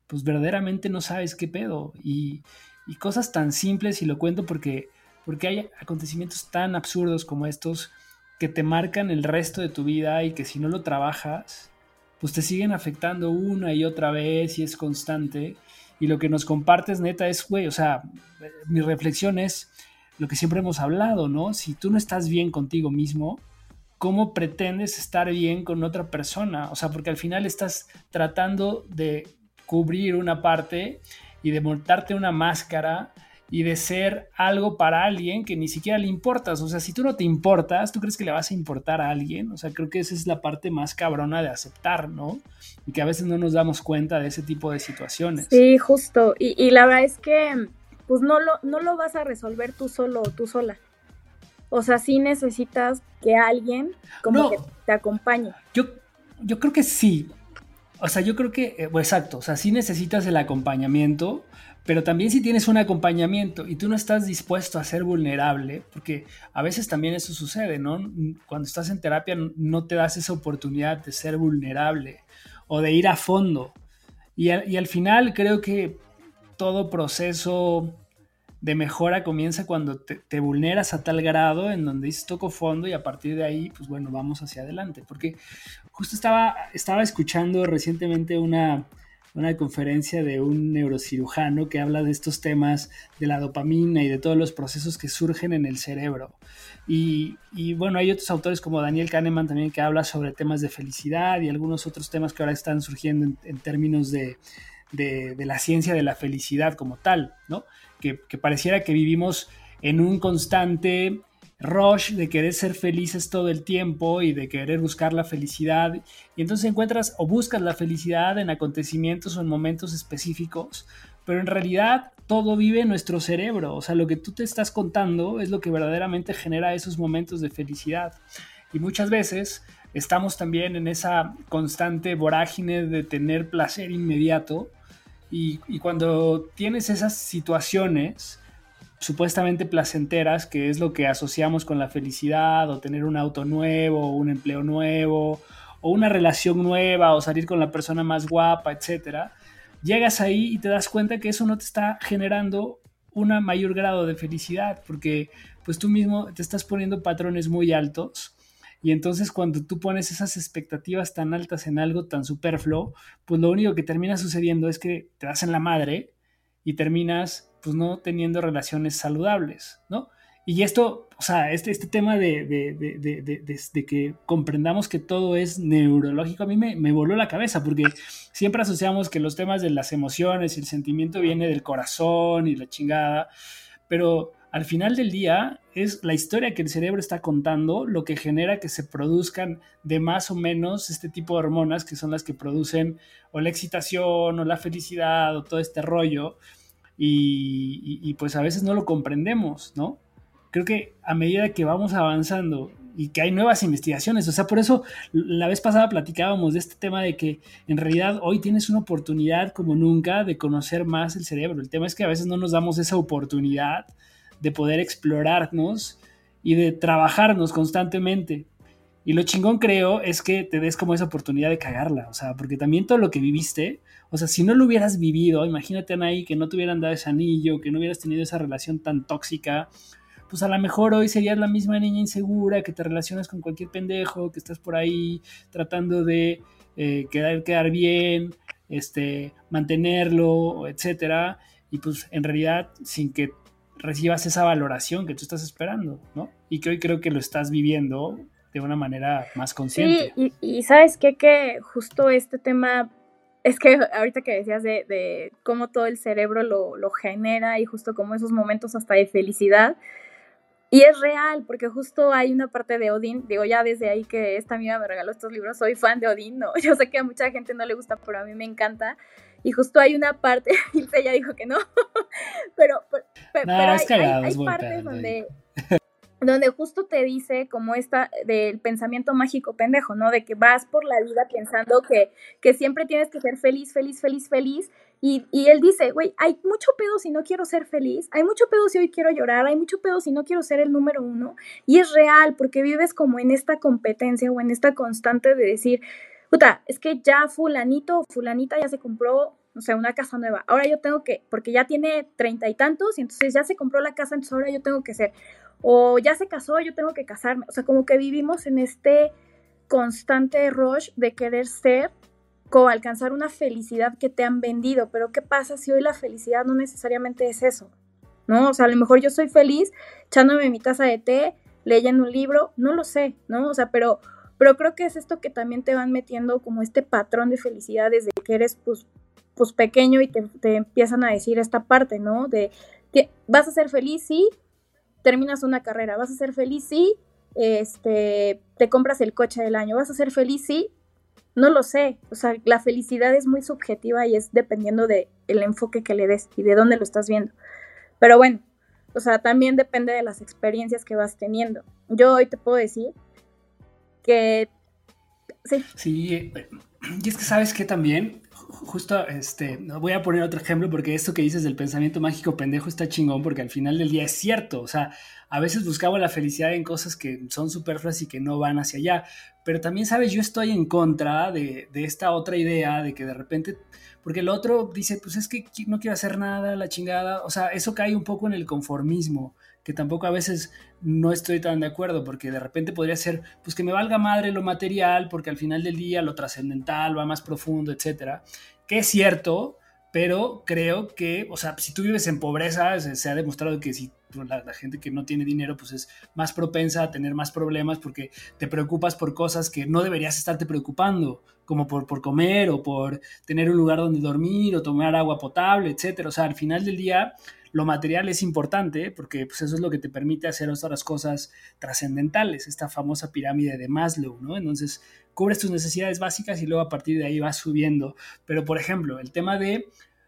pues verdaderamente no sabes qué pedo. Y, y cosas tan simples, y lo cuento porque, porque hay acontecimientos tan absurdos como estos que te marcan el resto de tu vida y que si no lo trabajas, pues te siguen afectando una y otra vez y es constante. Y lo que nos compartes, neta, es, güey, o sea, mi reflexión es lo que siempre hemos hablado, ¿no? Si tú no estás bien contigo mismo, ¿cómo pretendes estar bien con otra persona? O sea, porque al final estás tratando de cubrir una parte y de montarte una máscara y de ser algo para alguien que ni siquiera le importas. O sea, si tú no te importas, ¿tú crees que le vas a importar a alguien? O sea, creo que esa es la parte más cabrona de aceptar, ¿no? Y que a veces no nos damos cuenta de ese tipo de situaciones. Sí, justo. Y, y la verdad es que pues no lo, no lo vas a resolver tú solo o tú sola. O sea, sí necesitas que alguien como no, que te acompañe. Yo, yo creo que sí. O sea, yo creo que, eh, pues, exacto, o sea, sí necesitas el acompañamiento, pero también si tienes un acompañamiento y tú no estás dispuesto a ser vulnerable, porque a veces también eso sucede, ¿no? Cuando estás en terapia no te das esa oportunidad de ser vulnerable o de ir a fondo. Y, a, y al final creo que todo proceso de mejora comienza cuando te, te vulneras a tal grado en donde dices toco fondo y a partir de ahí, pues bueno, vamos hacia adelante. Porque justo estaba, estaba escuchando recientemente una, una conferencia de un neurocirujano que habla de estos temas de la dopamina y de todos los procesos que surgen en el cerebro. Y, y bueno, hay otros autores como Daniel Kahneman también que habla sobre temas de felicidad y algunos otros temas que ahora están surgiendo en, en términos de, de, de la ciencia de la felicidad como tal, ¿no? Que, que pareciera que vivimos en un constante rush de querer ser felices todo el tiempo y de querer buscar la felicidad, y entonces encuentras o buscas la felicidad en acontecimientos o en momentos específicos, pero en realidad todo vive en nuestro cerebro. O sea, lo que tú te estás contando es lo que verdaderamente genera esos momentos de felicidad, y muchas veces estamos también en esa constante vorágine de tener placer inmediato. Y, y cuando tienes esas situaciones supuestamente placenteras, que es lo que asociamos con la felicidad, o tener un auto nuevo, o un empleo nuevo, o una relación nueva, o salir con la persona más guapa, etcétera, llegas ahí y te das cuenta que eso no te está generando un mayor grado de felicidad, porque pues tú mismo te estás poniendo patrones muy altos. Y entonces cuando tú pones esas expectativas tan altas en algo tan superfluo, pues lo único que termina sucediendo es que te das en la madre y terminas pues no teniendo relaciones saludables, ¿no? Y esto, o sea, este, este tema de, de, de, de, de, de, de que comprendamos que todo es neurológico, a mí me, me voló la cabeza, porque siempre asociamos que los temas de las emociones y el sentimiento viene del corazón y la chingada, pero al final del día es la historia que el cerebro está contando lo que genera que se produzcan de más o menos este tipo de hormonas que son las que producen o la excitación o la felicidad o todo este rollo, y, y, y pues a veces no lo comprendemos, ¿no? Creo que a medida que vamos avanzando y que hay nuevas investigaciones, o sea, por eso la vez pasada platicábamos de este tema de que en realidad hoy tienes una oportunidad como nunca de conocer más el cerebro. El tema es que a veces no nos damos esa oportunidad de poder explorarnos y de trabajarnos constantemente. Y lo chingón, creo, es que te des como esa oportunidad de cagarla, o sea, porque también todo lo que viviste, o sea, si no lo hubieras vivido, imagínate, Anaí, que no te hubieran dado ese anillo, que no hubieras tenido esa relación tan tóxica, pues a lo mejor hoy serías la misma niña insegura que te relacionas con cualquier pendejo, que estás por ahí tratando de eh, quedar, quedar bien, este, mantenerlo, etcétera, y pues en realidad sin que recibas esa valoración que tú estás esperando, ¿no? Y que hoy creo que lo estás viviendo de una manera más consciente. Sí, y, y ¿sabes qué? Que justo este tema, es que ahorita que decías de, de cómo todo el cerebro lo, lo genera y justo como esos momentos hasta de felicidad, y es real, porque justo hay una parte de Odín, digo, ya desde ahí que esta amiga me regaló estos libros, soy fan de Odín, ¿no? Yo sé que a mucha gente no le gusta, pero a mí me encanta, y justo hay una parte, y ella dijo que no, pero, pero, pero no, hay, es cagado, hay, es hay partes pedo, donde, donde justo te dice como esta del pensamiento mágico pendejo, ¿no? De que vas por la vida pensando que, que siempre tienes que ser feliz, feliz, feliz, feliz, y, y él dice, güey, hay mucho pedo si no quiero ser feliz, hay mucho pedo si hoy quiero llorar, hay mucho pedo si no quiero ser el número uno, y es real, porque vives como en esta competencia o en esta constante de decir, puta, es que ya fulanito o fulanita ya se compró o sea, una casa nueva, ahora yo tengo que, porque ya tiene treinta y tantos, y entonces ya se compró la casa, entonces ahora yo tengo que ser, o ya se casó, yo tengo que casarme, o sea, como que vivimos en este constante rush de querer ser, como alcanzar una felicidad que te han vendido, pero ¿qué pasa si hoy la felicidad no necesariamente es eso? ¿No? O sea, a lo mejor yo soy feliz echándome mi taza de té, leyendo un libro, no lo sé, ¿no? O sea, pero, pero creo que es esto que también te van metiendo como este patrón de felicidad desde que eres, pues, pues pequeño y te, te empiezan a decir esta parte, ¿no? De, te, vas a ser feliz si terminas una carrera, vas a ser feliz si este, te compras el coche del año, vas a ser feliz si... No lo sé, o sea, la felicidad es muy subjetiva y es dependiendo del enfoque que le des y de dónde lo estás viendo. Pero bueno, o sea, también depende de las experiencias que vas teniendo. Yo hoy te puedo decir que... Sí. Sí, y es que sabes que también, justo, este, voy a poner otro ejemplo porque esto que dices del pensamiento mágico pendejo está chingón porque al final del día es cierto, o sea, a veces buscamos la felicidad en cosas que son superfluas y que no van hacia allá, pero también, sabes, yo estoy en contra de, de esta otra idea de que de repente, porque el otro dice, pues es que no quiero hacer nada, la chingada, o sea, eso cae un poco en el conformismo, que tampoco a veces no estoy tan de acuerdo, porque de repente podría ser, pues que me valga madre lo material, porque al final del día lo trascendental va más profundo, etcétera, que es cierto, pero creo que, o sea, si tú vives en pobreza, se, se ha demostrado que si la, la gente que no tiene dinero, pues es más propensa a tener más problemas porque te preocupas por cosas que no deberías estarte preocupando, como por, por comer o por tener un lugar donde dormir o tomar agua potable, etcétera. O sea, al final del día, lo material es importante porque pues, eso es lo que te permite hacer otras cosas trascendentales, esta famosa pirámide de Maslow, ¿no? Entonces, cubres tus necesidades básicas y luego a partir de ahí vas subiendo. Pero, por ejemplo, el tema de...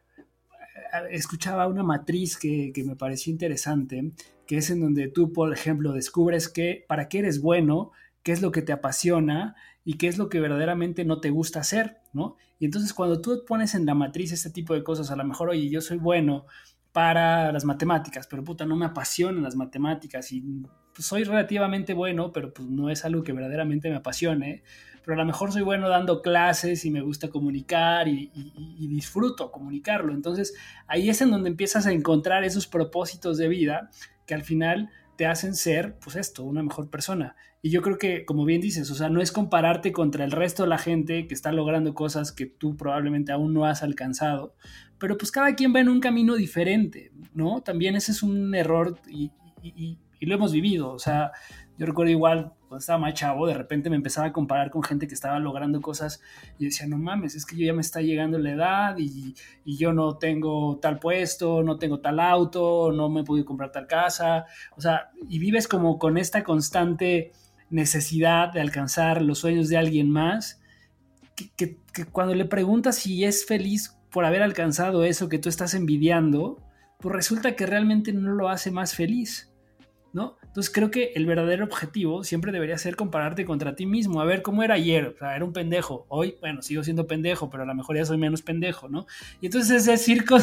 Escuchaba una matriz que, que me pareció interesante, que es en donde tú, por ejemplo, descubres que para qué eres bueno, qué es lo que te apasiona y qué es lo que verdaderamente no te gusta hacer, ¿no? Y entonces cuando tú pones en la matriz este tipo de cosas, a lo mejor, oye, yo soy bueno para las matemáticas, pero puta, no me apasionan las matemáticas y pues, soy relativamente bueno, pero pues no es algo que verdaderamente me apasione, pero a lo mejor soy bueno dando clases y me gusta comunicar y, y, y disfruto comunicarlo. Entonces ahí es en donde empiezas a encontrar esos propósitos de vida que al final te hacen ser, pues esto, una mejor persona. Y yo creo que, como bien dices, o sea, no es compararte contra el resto de la gente que está logrando cosas que tú probablemente aún no has alcanzado, pero pues cada quien va en un camino diferente, ¿no? También ese es un error y, y, y, y lo hemos vivido, o sea, yo recuerdo igual, cuando estaba más chavo, de repente me empezaba a comparar con gente que estaba logrando cosas y decía, no mames, es que yo ya me está llegando la edad y, y yo no tengo tal puesto, no tengo tal auto, no me he podido comprar tal casa, o sea, y vives como con esta constante necesidad de alcanzar los sueños de alguien más, que, que, que cuando le preguntas si es feliz por haber alcanzado eso que tú estás envidiando, pues resulta que realmente no lo hace más feliz, ¿no? Entonces creo que el verdadero objetivo siempre debería ser compararte contra ti mismo, a ver cómo era ayer, o sea, era un pendejo, hoy, bueno, sigo siendo pendejo, pero a lo mejor ya soy menos pendejo, ¿no? Y entonces ese circo...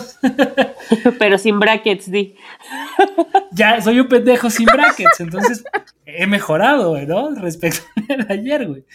Pero sin brackets, di. Ya, soy un pendejo sin brackets, entonces he mejorado, ¿no? Respecto a ayer, güey.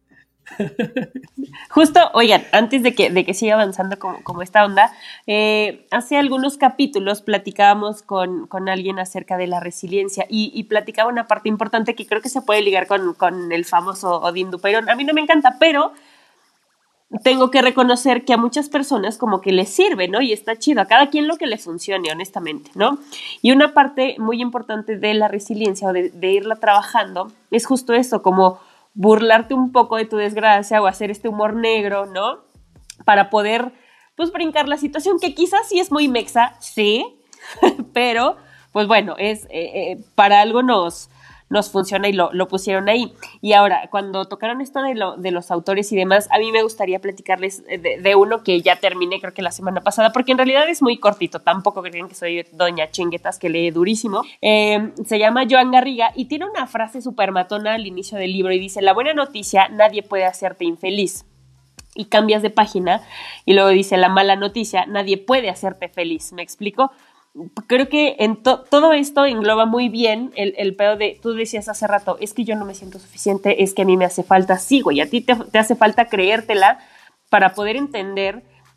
Justo, oigan, antes de que, de que siga avanzando como, como esta onda, eh, hace algunos capítulos platicábamos con, con alguien acerca de la resiliencia y, y platicaba una parte importante que creo que se puede ligar con, con el famoso Odín Dupeirón. A mí no me encanta, pero tengo que reconocer que a muchas personas como que les sirve, ¿no? Y está chido, a cada quien lo que le funcione, honestamente, ¿no? Y una parte muy importante de la resiliencia o de, de irla trabajando es justo eso, como burlarte un poco de tu desgracia o hacer este humor negro, ¿no? Para poder, pues, brincar la situación, que quizás sí es muy mexa, sí, pero, pues bueno, es eh, eh, para algo nos, nos funciona y lo, lo pusieron ahí. Y ahora, cuando tocaron esto de, lo, de los autores y demás, a mí me gustaría platicarles de, de uno que ya terminé, creo que la semana pasada, porque en realidad es muy cortito, tampoco crean que soy doña Chinguetas que lee durísimo. Eh, se llama Joan Garriga y tiene una frase súper matona al inicio del libro y dice: la buena noticia, nadie puede hacerte infeliz. Y cambias de página y luego dice: la mala noticia, nadie puede hacerte feliz. ¿Me explico? Creo que en to- todo esto engloba muy bien el, el pedo de, tú decías hace rato, es que yo no me siento suficiente, es que a mí me hace falta, sí, güey, a ti te, te hace falta creértela para poder entender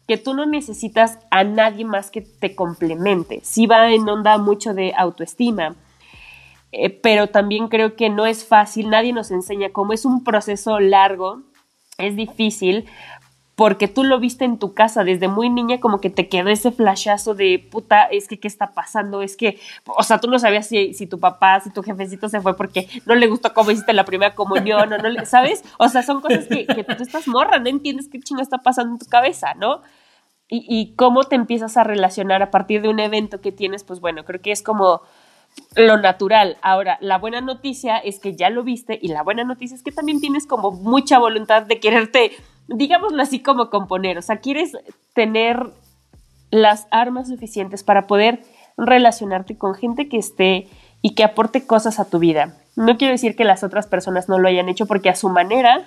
que tú no necesitas a nadie más que te complemente. Sí va en onda mucho de autoestima, eh, pero también creo que no es fácil, nadie nos enseña cómo, es un proceso largo, es difícil, porque tú lo viste en tu casa desde muy niña, como que te quedó ese flashazo de puta, es que qué está pasando, es que, o sea, tú no sabías si, si tu papá, si tu jefecito se fue porque no le gustó cómo hiciste la primera comunión, o no le, ¿sabes? O sea, son cosas que, que tú estás morra, no entiendes qué chingo está pasando en tu cabeza, ¿no? Y, y cómo te empiezas a relacionar a partir de un evento que tienes, pues bueno, creo que es como lo natural. Ahora, la buena noticia es que ya lo viste, y la buena noticia es que también tienes como mucha voluntad de quererte, digámoslo así, como componer. O sea, quieres tener las armas suficientes para poder relacionarte con gente que esté y que aporte cosas a tu vida. No quiero decir que las otras personas no lo hayan hecho, porque a su manera,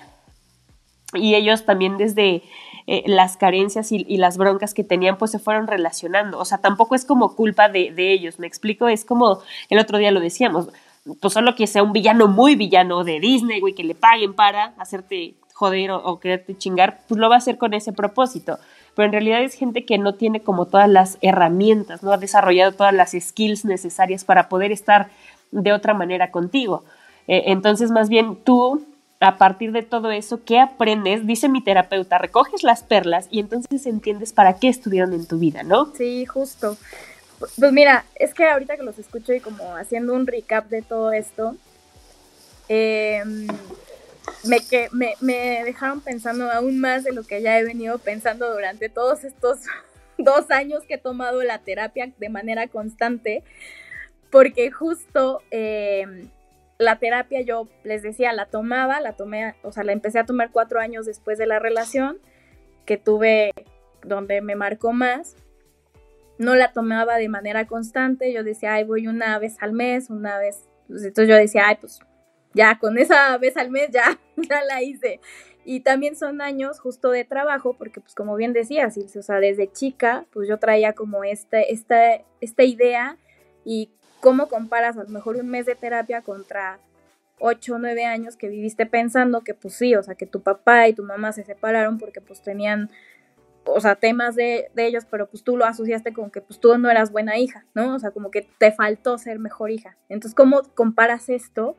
y ellos también desde eh, las carencias y, y las broncas que tenían, pues se fueron relacionando. O sea, tampoco es como culpa de, de ellos, ¿me explico? Es como, el otro día lo decíamos, pues solo que sea un villano muy villano de Disney, güey, que le paguen para hacerte joder o, o quererte chingar, pues lo va a hacer con ese propósito. Pero en realidad es gente que no tiene como todas las herramientas, no ha desarrollado todas las skills necesarias para poder estar de otra manera contigo. Eh, entonces, más bien tú, a partir de todo eso, ¿qué aprendes? Dice mi terapeuta, recoges las perlas y entonces entiendes para qué estuvieron en tu vida, ¿no? Sí, justo. Pues mira, es que ahorita que los escucho y como haciendo un recap de todo esto, eh, me, que, me, me dejaron pensando aún más de lo que ya he venido pensando durante todos estos dos años que he tomado la terapia de manera constante, porque justo... Eh, la terapia, yo les decía, la tomaba, la tomé, o sea, la empecé a tomar cuatro años después de la relación que tuve, donde me marcó más. No la tomaba de manera constante, yo decía, ay, voy una vez al mes, una vez, pues, entonces yo decía, ay, pues, ya, con esa vez al mes, ya, ya la hice. Y también son años justo de trabajo, porque, pues, como bien decías, o sea, desde chica, pues, yo traía como esta, esta, esta idea. Y ¿cómo comparas a lo mejor un mes de terapia contra ocho o nueve años que viviste pensando que pues sí, o sea, que tu papá y tu mamá se separaron porque pues tenían, o sea, temas de, de ellos, pero pues tú lo asociaste con que pues tú no eras buena hija, ¿no? O sea, como que te faltó ser mejor hija. Entonces, ¿cómo comparas esto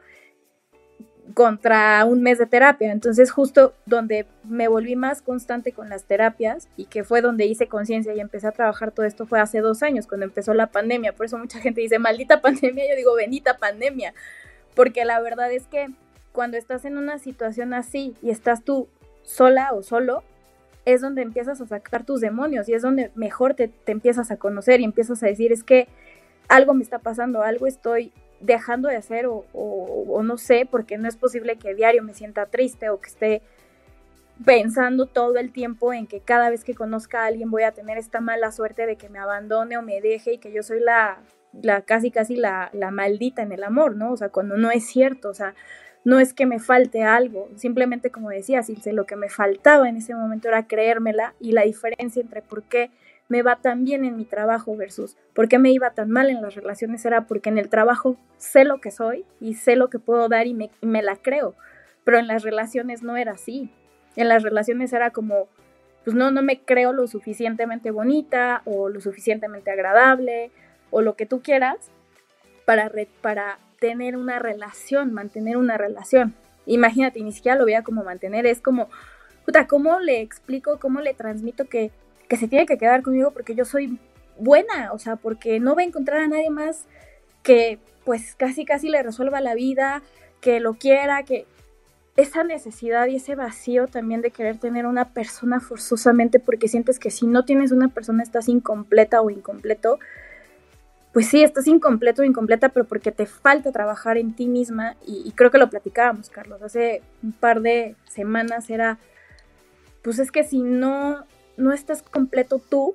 contra un mes de terapia? Entonces, justo donde me volví más constante con las terapias y que fue donde hice conciencia y empecé a trabajar todo esto fue hace dos años, cuando empezó la pandemia. Por eso mucha gente dice, maldita pandemia, yo digo, bendita pandemia, porque la verdad es que cuando estás en una situación así y estás tú sola o solo, es donde empiezas a sacar tus demonios y es donde mejor te, te empiezas a conocer y empiezas a decir, es que algo me está pasando, algo estoy dejando de hacer o, o, o no sé, porque no es posible que diario me sienta triste o que esté pensando todo el tiempo en que cada vez que conozca a alguien voy a tener esta mala suerte de que me abandone o me deje y que yo soy la, la casi casi la, la maldita en el amor, ¿no? O sea, cuando no es cierto, o sea, no es que me falte algo, simplemente como decía Silce, lo que me faltaba en ese momento era creérmela, y la diferencia entre por qué me va tan bien en mi trabajo versus por qué me iba tan mal en las relaciones era porque en el trabajo sé lo que soy y sé lo que puedo dar y me, y me la creo, pero en las relaciones no era así. En las relaciones era como, pues no, no me creo lo suficientemente bonita o lo suficientemente agradable o lo que tú quieras para, re, para tener una relación, mantener una relación. Imagínate, ni siquiera lo veía como mantener, es como, puta, ¿cómo le explico, cómo le transmito que, que se tiene que quedar conmigo porque yo soy buena? O sea, porque no va a encontrar a nadie más que pues casi casi le resuelva la vida, que lo quiera, que... esa necesidad y ese vacío también de querer tener una persona forzosamente porque sientes que si no tienes una persona estás incompleta o incompleto, pues sí, estás incompleto o incompleta, pero porque te falta trabajar en ti misma, y, y creo que lo platicábamos, Carlos, hace un par de semanas era, pues es que si no, no estás completo tú,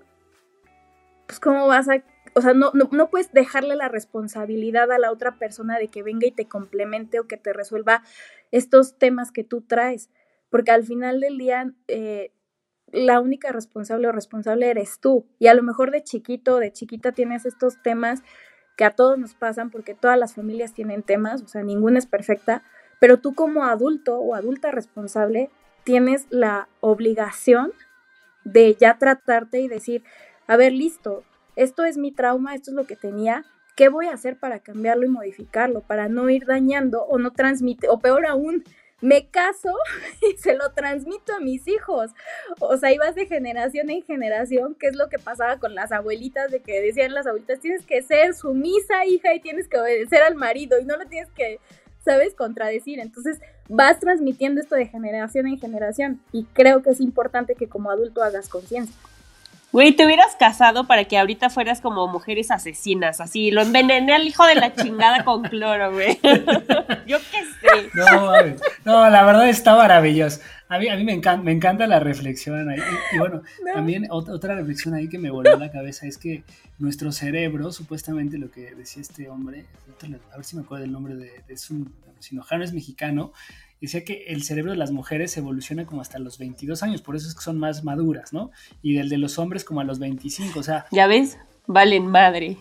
pues cómo vas a, o sea, no, no, no puedes dejarle la responsabilidad a la otra persona de que venga y te complemente o que te resuelva estos temas que tú traes, porque al final del día eh, la única responsable o responsable eres tú, y a lo mejor de chiquito, de chiquita tienes estos temas que a todos nos pasan, porque todas las familias tienen temas, o sea, ninguna es perfecta, pero tú como adulto o adulta responsable tienes la obligación de ya tratarte y decir, a ver, listo, esto es mi trauma, esto es lo que tenía, ¿qué voy a hacer para cambiarlo y modificarlo? Para no ir dañando o no transmitir, o peor aún, me caso y se lo transmito a mis hijos. O sea, ibas de generación en generación, que es lo que pasaba con las abuelitas, de que decían las abuelitas, tienes que ser sumisa, hija, y tienes que obedecer al marido, y no lo tienes que, ¿sabes?, contradecir. Entonces, vas transmitiendo esto de generación en generación, y creo que es importante que como adulto hagas conciencia. Güey, te hubieras casado para que ahorita fueras como mujeres asesinas, así, lo envenené al hijo de la chingada con cloro, güey. Yo qué sé. No, no, la verdad está maravilloso. A mí, a mí me encanta, me encanta la reflexión ahí. Y, y bueno, no. también otra, otra reflexión ahí que me volvió a la cabeza es que nuestro cerebro, supuestamente lo que decía este hombre, a ver si me acuerdo del nombre de, de es un cirujano, es mexicano, decía que el cerebro de las mujeres evoluciona como hasta los veintidós años, por eso es que son más maduras, ¿no? Y del de los hombres como a los veinticinco, o sea... ¿Ya ves? Valen madre.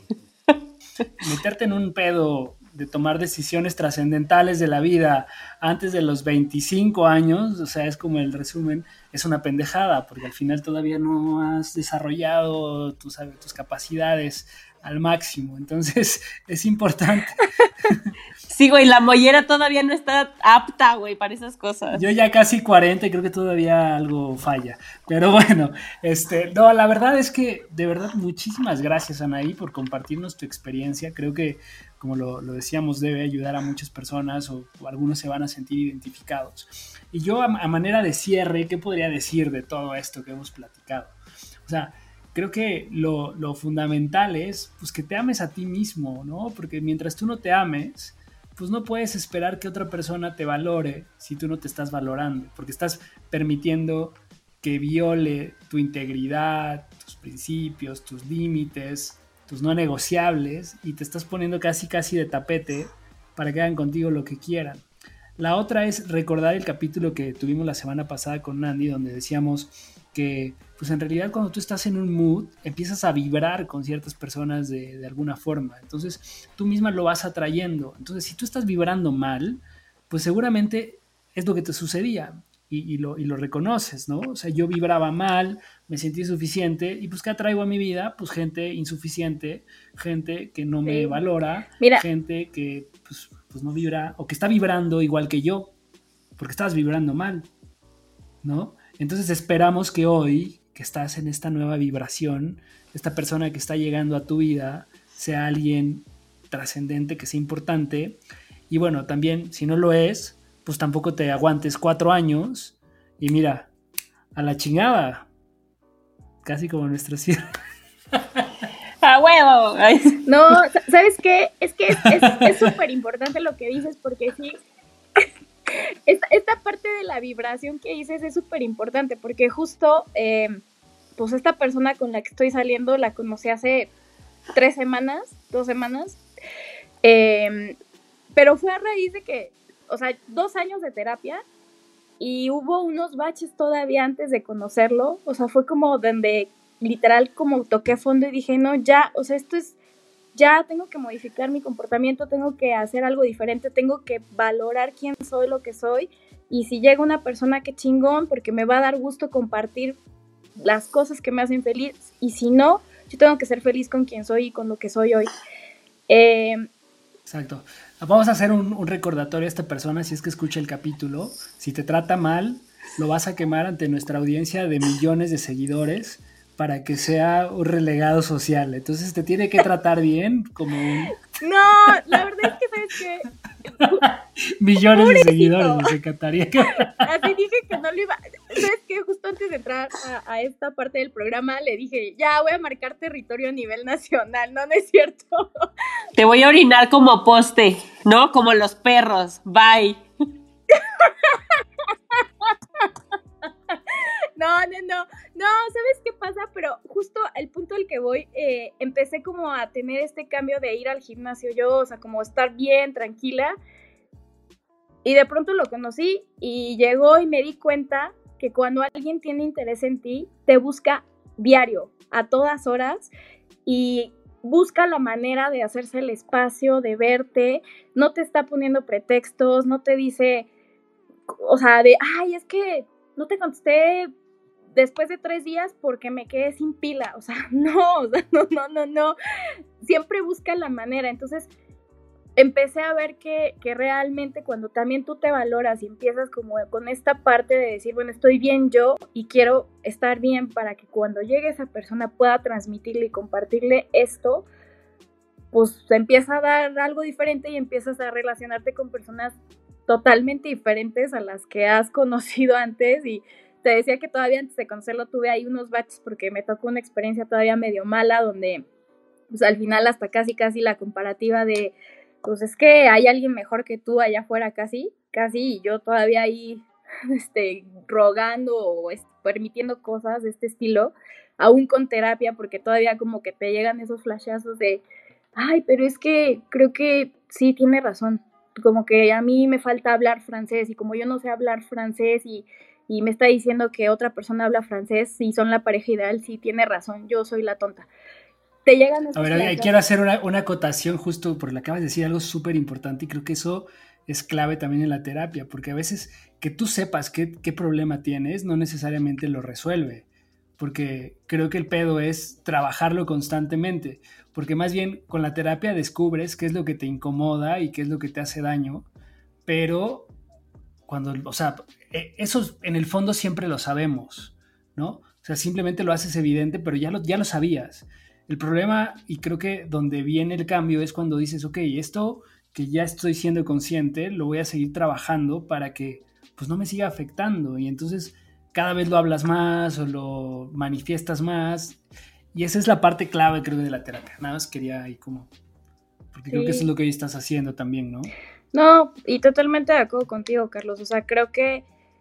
Meterte en un pedo de tomar decisiones trascendentales de la vida antes de los veinticinco años, o sea, es como el resumen, es una pendejada, porque al final todavía no has desarrollado tus, tus capacidades al máximo, entonces es importante. Sí, güey, la mollera todavía no está apta, güey, para esas cosas. Yo ya casi cuarenta y creo que todavía algo falla, pero bueno, este, no, la verdad es que, de verdad, muchísimas gracias, Anaí, por compartirnos tu experiencia. Creo que, como lo, lo decíamos, debe ayudar a muchas personas, o, o algunos se van a sentir identificados. Y yo, a, a manera de cierre, ¿qué podría decir de todo esto que hemos platicado? O sea, creo que lo, lo fundamental es, pues, que te ames a ti mismo, ¿no? Porque mientras tú no te ames, pues no puedes esperar que otra persona te valore si tú no te estás valorando, porque estás permitiendo que viole tu integridad, tus principios, tus límites, tus no negociables, y te estás poniendo casi casi de tapete para que hagan contigo lo que quieran. La otra es recordar el capítulo que tuvimos la semana pasada con Andy, donde decíamos que pues en realidad cuando tú estás en un mood empiezas a vibrar con ciertas personas de, de alguna forma, entonces tú misma lo vas atrayendo. Entonces si tú estás vibrando mal, pues seguramente es lo que te sucedía y, y, lo, y lo reconoces, ¿no? O sea, yo vibraba mal, me sentí insuficiente y pues ¿qué atraigo a mi vida? Pues gente insuficiente, gente que no me sí. valora, Mira. gente que pues, pues no vibra o que está vibrando igual que yo, porque estabas vibrando mal, ¿no? Entonces esperamos que hoy, que estás en esta nueva vibración, esta persona que está llegando a tu vida sea alguien trascendente, que sea importante. Y bueno, también, si no lo es, pues tampoco te aguantes cuatro años y mira, a la chingada. Casi como nuestro cielo. ¡A huevo! No, ¿sabes qué? Es que es súper importante lo que dices, porque sí... Esta, esta parte de la vibración que dices es súper importante, porque justo, eh, pues esta persona con la que estoy saliendo la conocí hace tres semanas, dos semanas, eh, pero fue a raíz de que, o sea, dos años de terapia, y hubo unos baches todavía antes de conocerlo, o sea, fue como donde literal como toqué fondo y dije, no, ya, o sea, esto es... ya tengo que modificar mi comportamiento, tengo que hacer algo diferente, tengo que valorar quién soy, lo que soy, y si llega una persona, qué chingón, porque me va a dar gusto compartir las cosas que me hacen feliz, y si no, yo tengo que ser feliz con quien soy y con lo que soy hoy. Eh, Exacto. Vamos a hacer un, un recordatorio a esta persona, si es que escucha el capítulo. Si te trata mal, lo vas a quemar ante nuestra audiencia de millones de seguidores, para que sea un relegado social. Entonces te tiene que tratar bien como un... No, la verdad es que sabes que... millones Pobrecito. de seguidores, me encantaría que... Así dije que no lo iba... ¿Sabes qué? Justo antes de entrar a, a esta parte del programa le dije, ya voy a marcar territorio a nivel nacional. No, no es cierto. Te voy a orinar como poste, ¿no? Como los perros. Bye. No, no, no, no, ¿sabes qué pasa? Pero justo el punto al que voy, eh, empecé como a tener este cambio de ir al gimnasio yo, o sea, como estar bien, tranquila, y de pronto lo conocí y llegó y me di cuenta que cuando alguien tiene interés en ti, te busca diario, a todas horas, y busca la manera de hacerse el espacio, de verte, no te está poniendo pretextos, no te dice, o sea, de, ay, es que no te contesté después de tres días porque me quedé sin pila, o sea, no, o sea, no, no, no, no, siempre busca la manera. Entonces empecé a ver que, que realmente cuando también tú te valoras y empiezas como con esta parte de decir, bueno, estoy bien yo y quiero estar bien para que cuando llegue esa persona pueda transmitirle y compartirle esto, pues se empieza a dar algo diferente y empiezas a relacionarte con personas totalmente diferentes a las que has conocido antes. Y te decía que todavía antes de conocerlo tuve ahí unos baches porque me tocó una experiencia todavía medio mala donde pues al final hasta casi casi la comparativa de pues es que hay alguien mejor que tú allá afuera casi, casi y yo todavía ahí este, rogando o este, permitiendo cosas de este estilo, aún con terapia, porque todavía como que te llegan esos flashazos de ay, pero es que creo que sí, tiene razón, como que a mí me falta hablar francés y como yo no sé hablar francés y, y me está diciendo que otra persona habla francés y son la pareja ideal, sí, tiene razón, yo soy la tonta. Te llegan esos A ver, flashazos. quiero hacer una, una acotación justo porque le acabas de decir algo súper importante y creo que eso es clave también en la terapia, porque a veces que tú sepas qué, qué problema tienes no necesariamente lo resuelve. Porque creo que el pedo es trabajarlo constantemente, porque más bien con la terapia descubres qué es lo que te incomoda y qué es lo que te hace daño, pero cuando, o sea, eso en el fondo siempre lo sabemos, ¿no? O sea, simplemente lo haces evidente, pero ya lo, ya lo sabías. El problema, y creo que donde viene el cambio es cuando dices, ok, esto que ya estoy siendo consciente, lo voy a seguir trabajando para que pues no me siga afectando, y entonces cada vez lo hablas más o lo manifiestas más, y esa es la parte clave creo de la terapia. Nada más quería ahí como, porque sí. Creo que eso es lo que hoy estás haciendo también, ¿no? No, y totalmente de acuerdo contigo, Carlos, o sea, creo que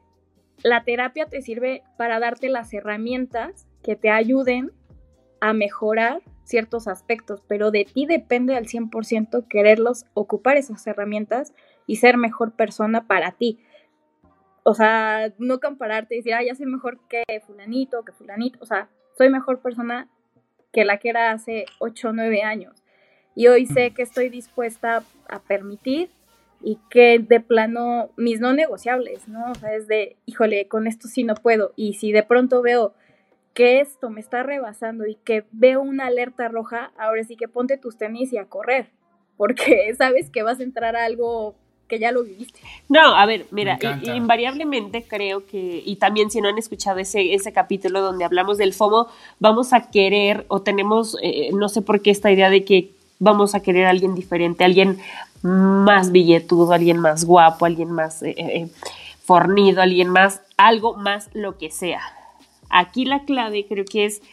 la terapia te sirve para darte las herramientas que te ayuden a mejorar ciertos aspectos, pero de ti depende al cien por ciento quererlos, ocupar esas herramientas y ser mejor persona para ti. O sea, no compararte y decir, ah, ya soy mejor que fulanito, que fulanito. O sea, soy mejor persona que la que era hace ocho o nueve años. Y hoy sé que estoy dispuesta a permitir y que de plano mis no negociables, ¿no? O sea, es de, híjole, con esto sí no puedo. Y si de pronto veo que esto me está rebasando y que veo una alerta roja, ahora sí que ponte tus tenis y a correr. Porque sabes que vas a entrar a algo que ya lo viviste. No, a ver, mira, y, invariablemente creo que, y también si no han escuchado ese, ese capítulo donde hablamos del FOMO, vamos a querer, o tenemos, eh, no sé por qué esta idea de que vamos a querer a alguien diferente, alguien más billetudo, alguien más guapo, alguien más eh, eh, fornido, alguien más, algo más lo que sea. Aquí la clave creo que es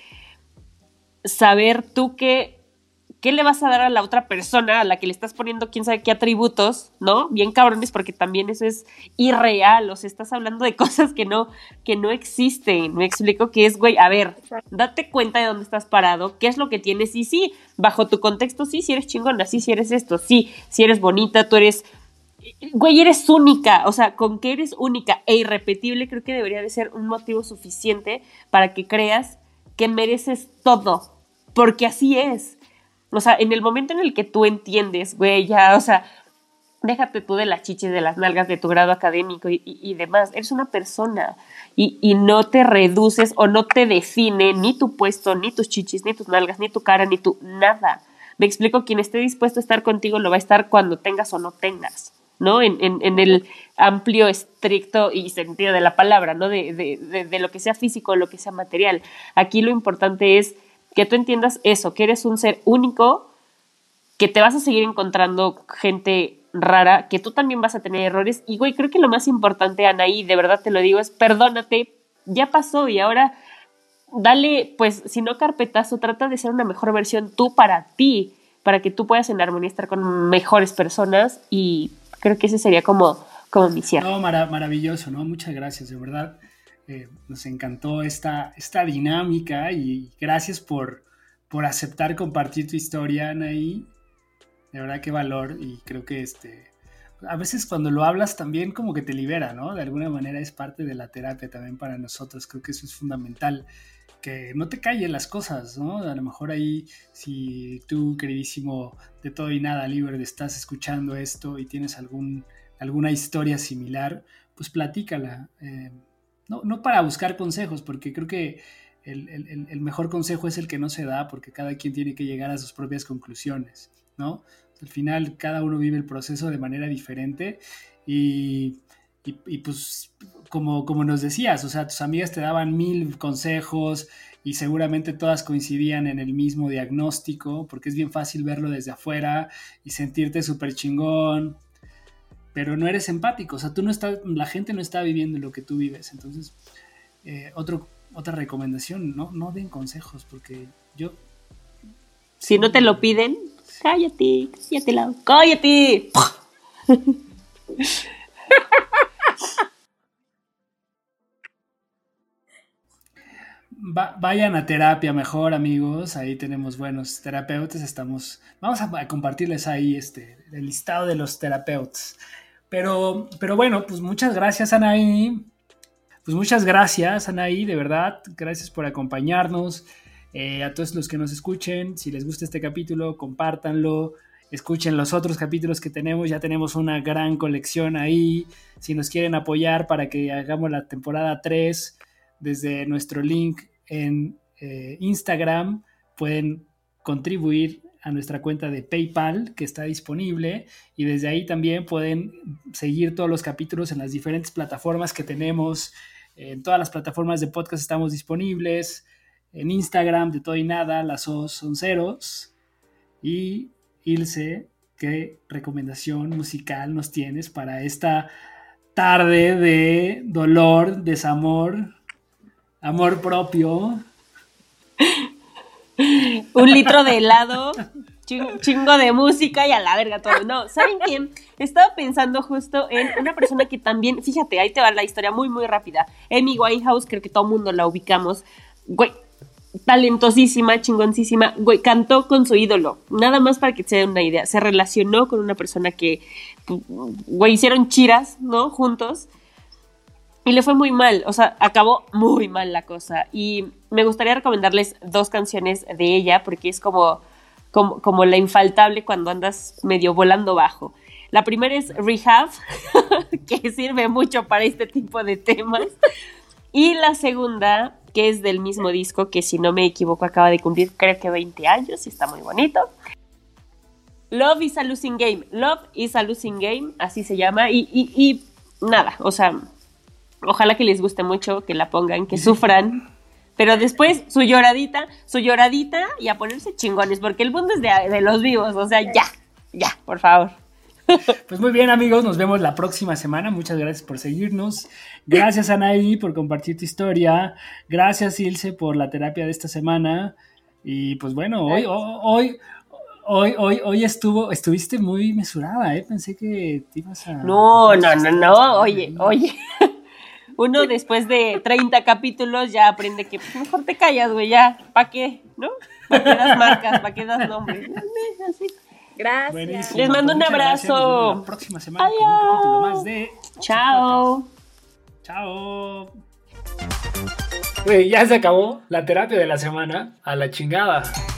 saber tú qué ¿Qué le vas a dar a la otra persona a la que le estás poniendo quién sabe qué atributos, ¿no? Bien cabrones, porque también eso es irreal, o sea, estás hablando de cosas que no, que no existen. Me explico que es, güey, a ver, date cuenta de dónde estás parado, qué es lo que tienes, y sí, bajo tu contexto, sí, si eres chingona, sí, si eres esto, sí, si eres bonita, tú eres, güey, eres única, o sea, con que eres única e irrepetible, creo que debería de ser un motivo suficiente para que creas que mereces todo, porque así es. O sea, en el momento en el que tú entiendes, güey, ya, o sea, déjate tú de las chichis, de las nalgas, de tu grado académico y, y, y demás. Eres una persona y, y no te reduces o no te define ni tu puesto, ni tus chichis, ni tus nalgas, ni tu cara, ni tu nada. Me explico, quien esté dispuesto a estar contigo lo va a estar cuando tengas o no tengas, ¿no? En, en, en el amplio, estricto y sentido de la palabra, ¿no? De, de, de, de lo que sea físico, lo que sea material. Aquí lo importante es que tú entiendas eso, que eres un ser único, que te vas a seguir encontrando gente rara, que tú también vas a tener errores. Y, güey, creo que lo más importante, Anaí, de verdad te lo digo, es perdónate, ya pasó y ahora dale, pues, si no carpetazo, trata de ser una mejor versión tú para ti, para que tú puedas en armonía estar con mejores personas, y creo que ese sería como, como mi cierre. No, marav- maravilloso, ¿no? Muchas gracias, de verdad. Eh, nos encantó esta, esta dinámica y gracias por, por aceptar compartir tu historia, Anaí. De verdad, qué valor, y creo que este, a veces cuando lo hablas también como que te libera, ¿no? De alguna manera es parte de la terapia también para nosotros. Creo que eso es fundamental, que no te callen las cosas, ¿no? A lo mejor ahí, si tú, queridísimo De Todo y Nada Libre, estás escuchando esto y tienes algún, alguna historia similar, pues platícala. Eh, no, no para buscar consejos, porque creo que el, el, el mejor consejo es el que no se da, porque cada quien tiene que llegar a sus propias conclusiones, ¿no? Al final cada uno vive el proceso de manera diferente y, y, y pues como, como nos decías, o sea, tus amigas te daban mil consejos y seguramente todas coincidían en el mismo diagnóstico, porque es bien fácil verlo desde afuera y sentirte súper chingón, pero no eres empático, o sea, tú no estás, la gente no está viviendo lo que tú vives. Entonces, eh, otro, otra recomendación, ¿no? No den consejos, porque yo... Si no te lo piden, cállate, cállate, la... cállate. Va, vayan a terapia mejor, amigos. Ahí tenemos buenos terapeutas. Estamos, vamos a, a compartirles ahí este, el listado de los terapeutas. Pero, pero bueno, pues muchas gracias, Anaí. Pues muchas gracias, Anaí, de verdad. Gracias por acompañarnos. Eh, a todos los que nos escuchen, si les gusta este capítulo, compártanlo. Escuchen los otros capítulos que tenemos. Ya tenemos una gran colección ahí. Si nos quieren apoyar para que hagamos la temporada tres, desde nuestro link en eh, Instagram pueden contribuir a nuestra cuenta de PayPal, que está disponible, y desde ahí también pueden seguir todos los capítulos en las diferentes plataformas que tenemos. En todas las plataformas de podcast estamos disponibles. En Instagram, de todo y nada, las O's son ceros. Y Ilse, ¿qué recomendación musical nos tienes para esta tarde de dolor, desamor, amor propio? Un litro de helado, chingo, chingo de música y a la verga todo. No, ¿saben quién? Estaba pensando justo en una persona que también, fíjate, ahí te va la historia muy, muy rápida. Amy Winehouse, creo que todo el mundo la ubicamos. Güey, talentosísima, chingoncísima. Güey, cantó con su ídolo. Nada más para que se den una idea. Se relacionó con una persona que, güey, hicieron chiras, ¿no? Juntos. Y le fue muy mal, o sea, acabó muy mal la cosa. Y me gustaría recomendarles dos canciones de ella, porque es como, como, como la infaltable cuando andas medio volando bajo. La primera es Rehab, que sirve mucho para este tipo de temas. Y la segunda, que es del mismo disco, que si no me equivoco acaba de cumplir creo que veinte años y está muy bonito. Love is a Losing Game. Love is a Losing Game, así se llama. Y, y, y nada, o sea... Ojalá que les guste mucho, que la pongan, que sufran. Pero después, su lloradita, su lloradita y a ponerse chingones, porque el mundo es de, de los vivos. O sea, ya, ya, por favor. Pues muy bien, amigos, nos vemos la próxima semana. Muchas gracias por seguirnos. Gracias, Anaí, por compartir tu historia. Gracias, Ilse, por la terapia de esta semana. Y pues bueno, hoy, hoy, hoy, hoy, hoy estuvo, estuviste muy mesurada, ¿eh? Pensé que te ibas a... No, no, no, no, oye, oye... Uno después de treinta capítulos ya aprende que pues, mejor te callas, güey, ya, ¿para qué? ¿No? ¿Para qué das marcas? ¿Para qué das nombres? Así. Gracias. Buenísimo. Les mando un Muchas abrazo. Gracias. Nos vemos la próxima semana con un capítulo más de... Chao. Chao. Güey, ya se acabó la terapia de la semana. A la chingada.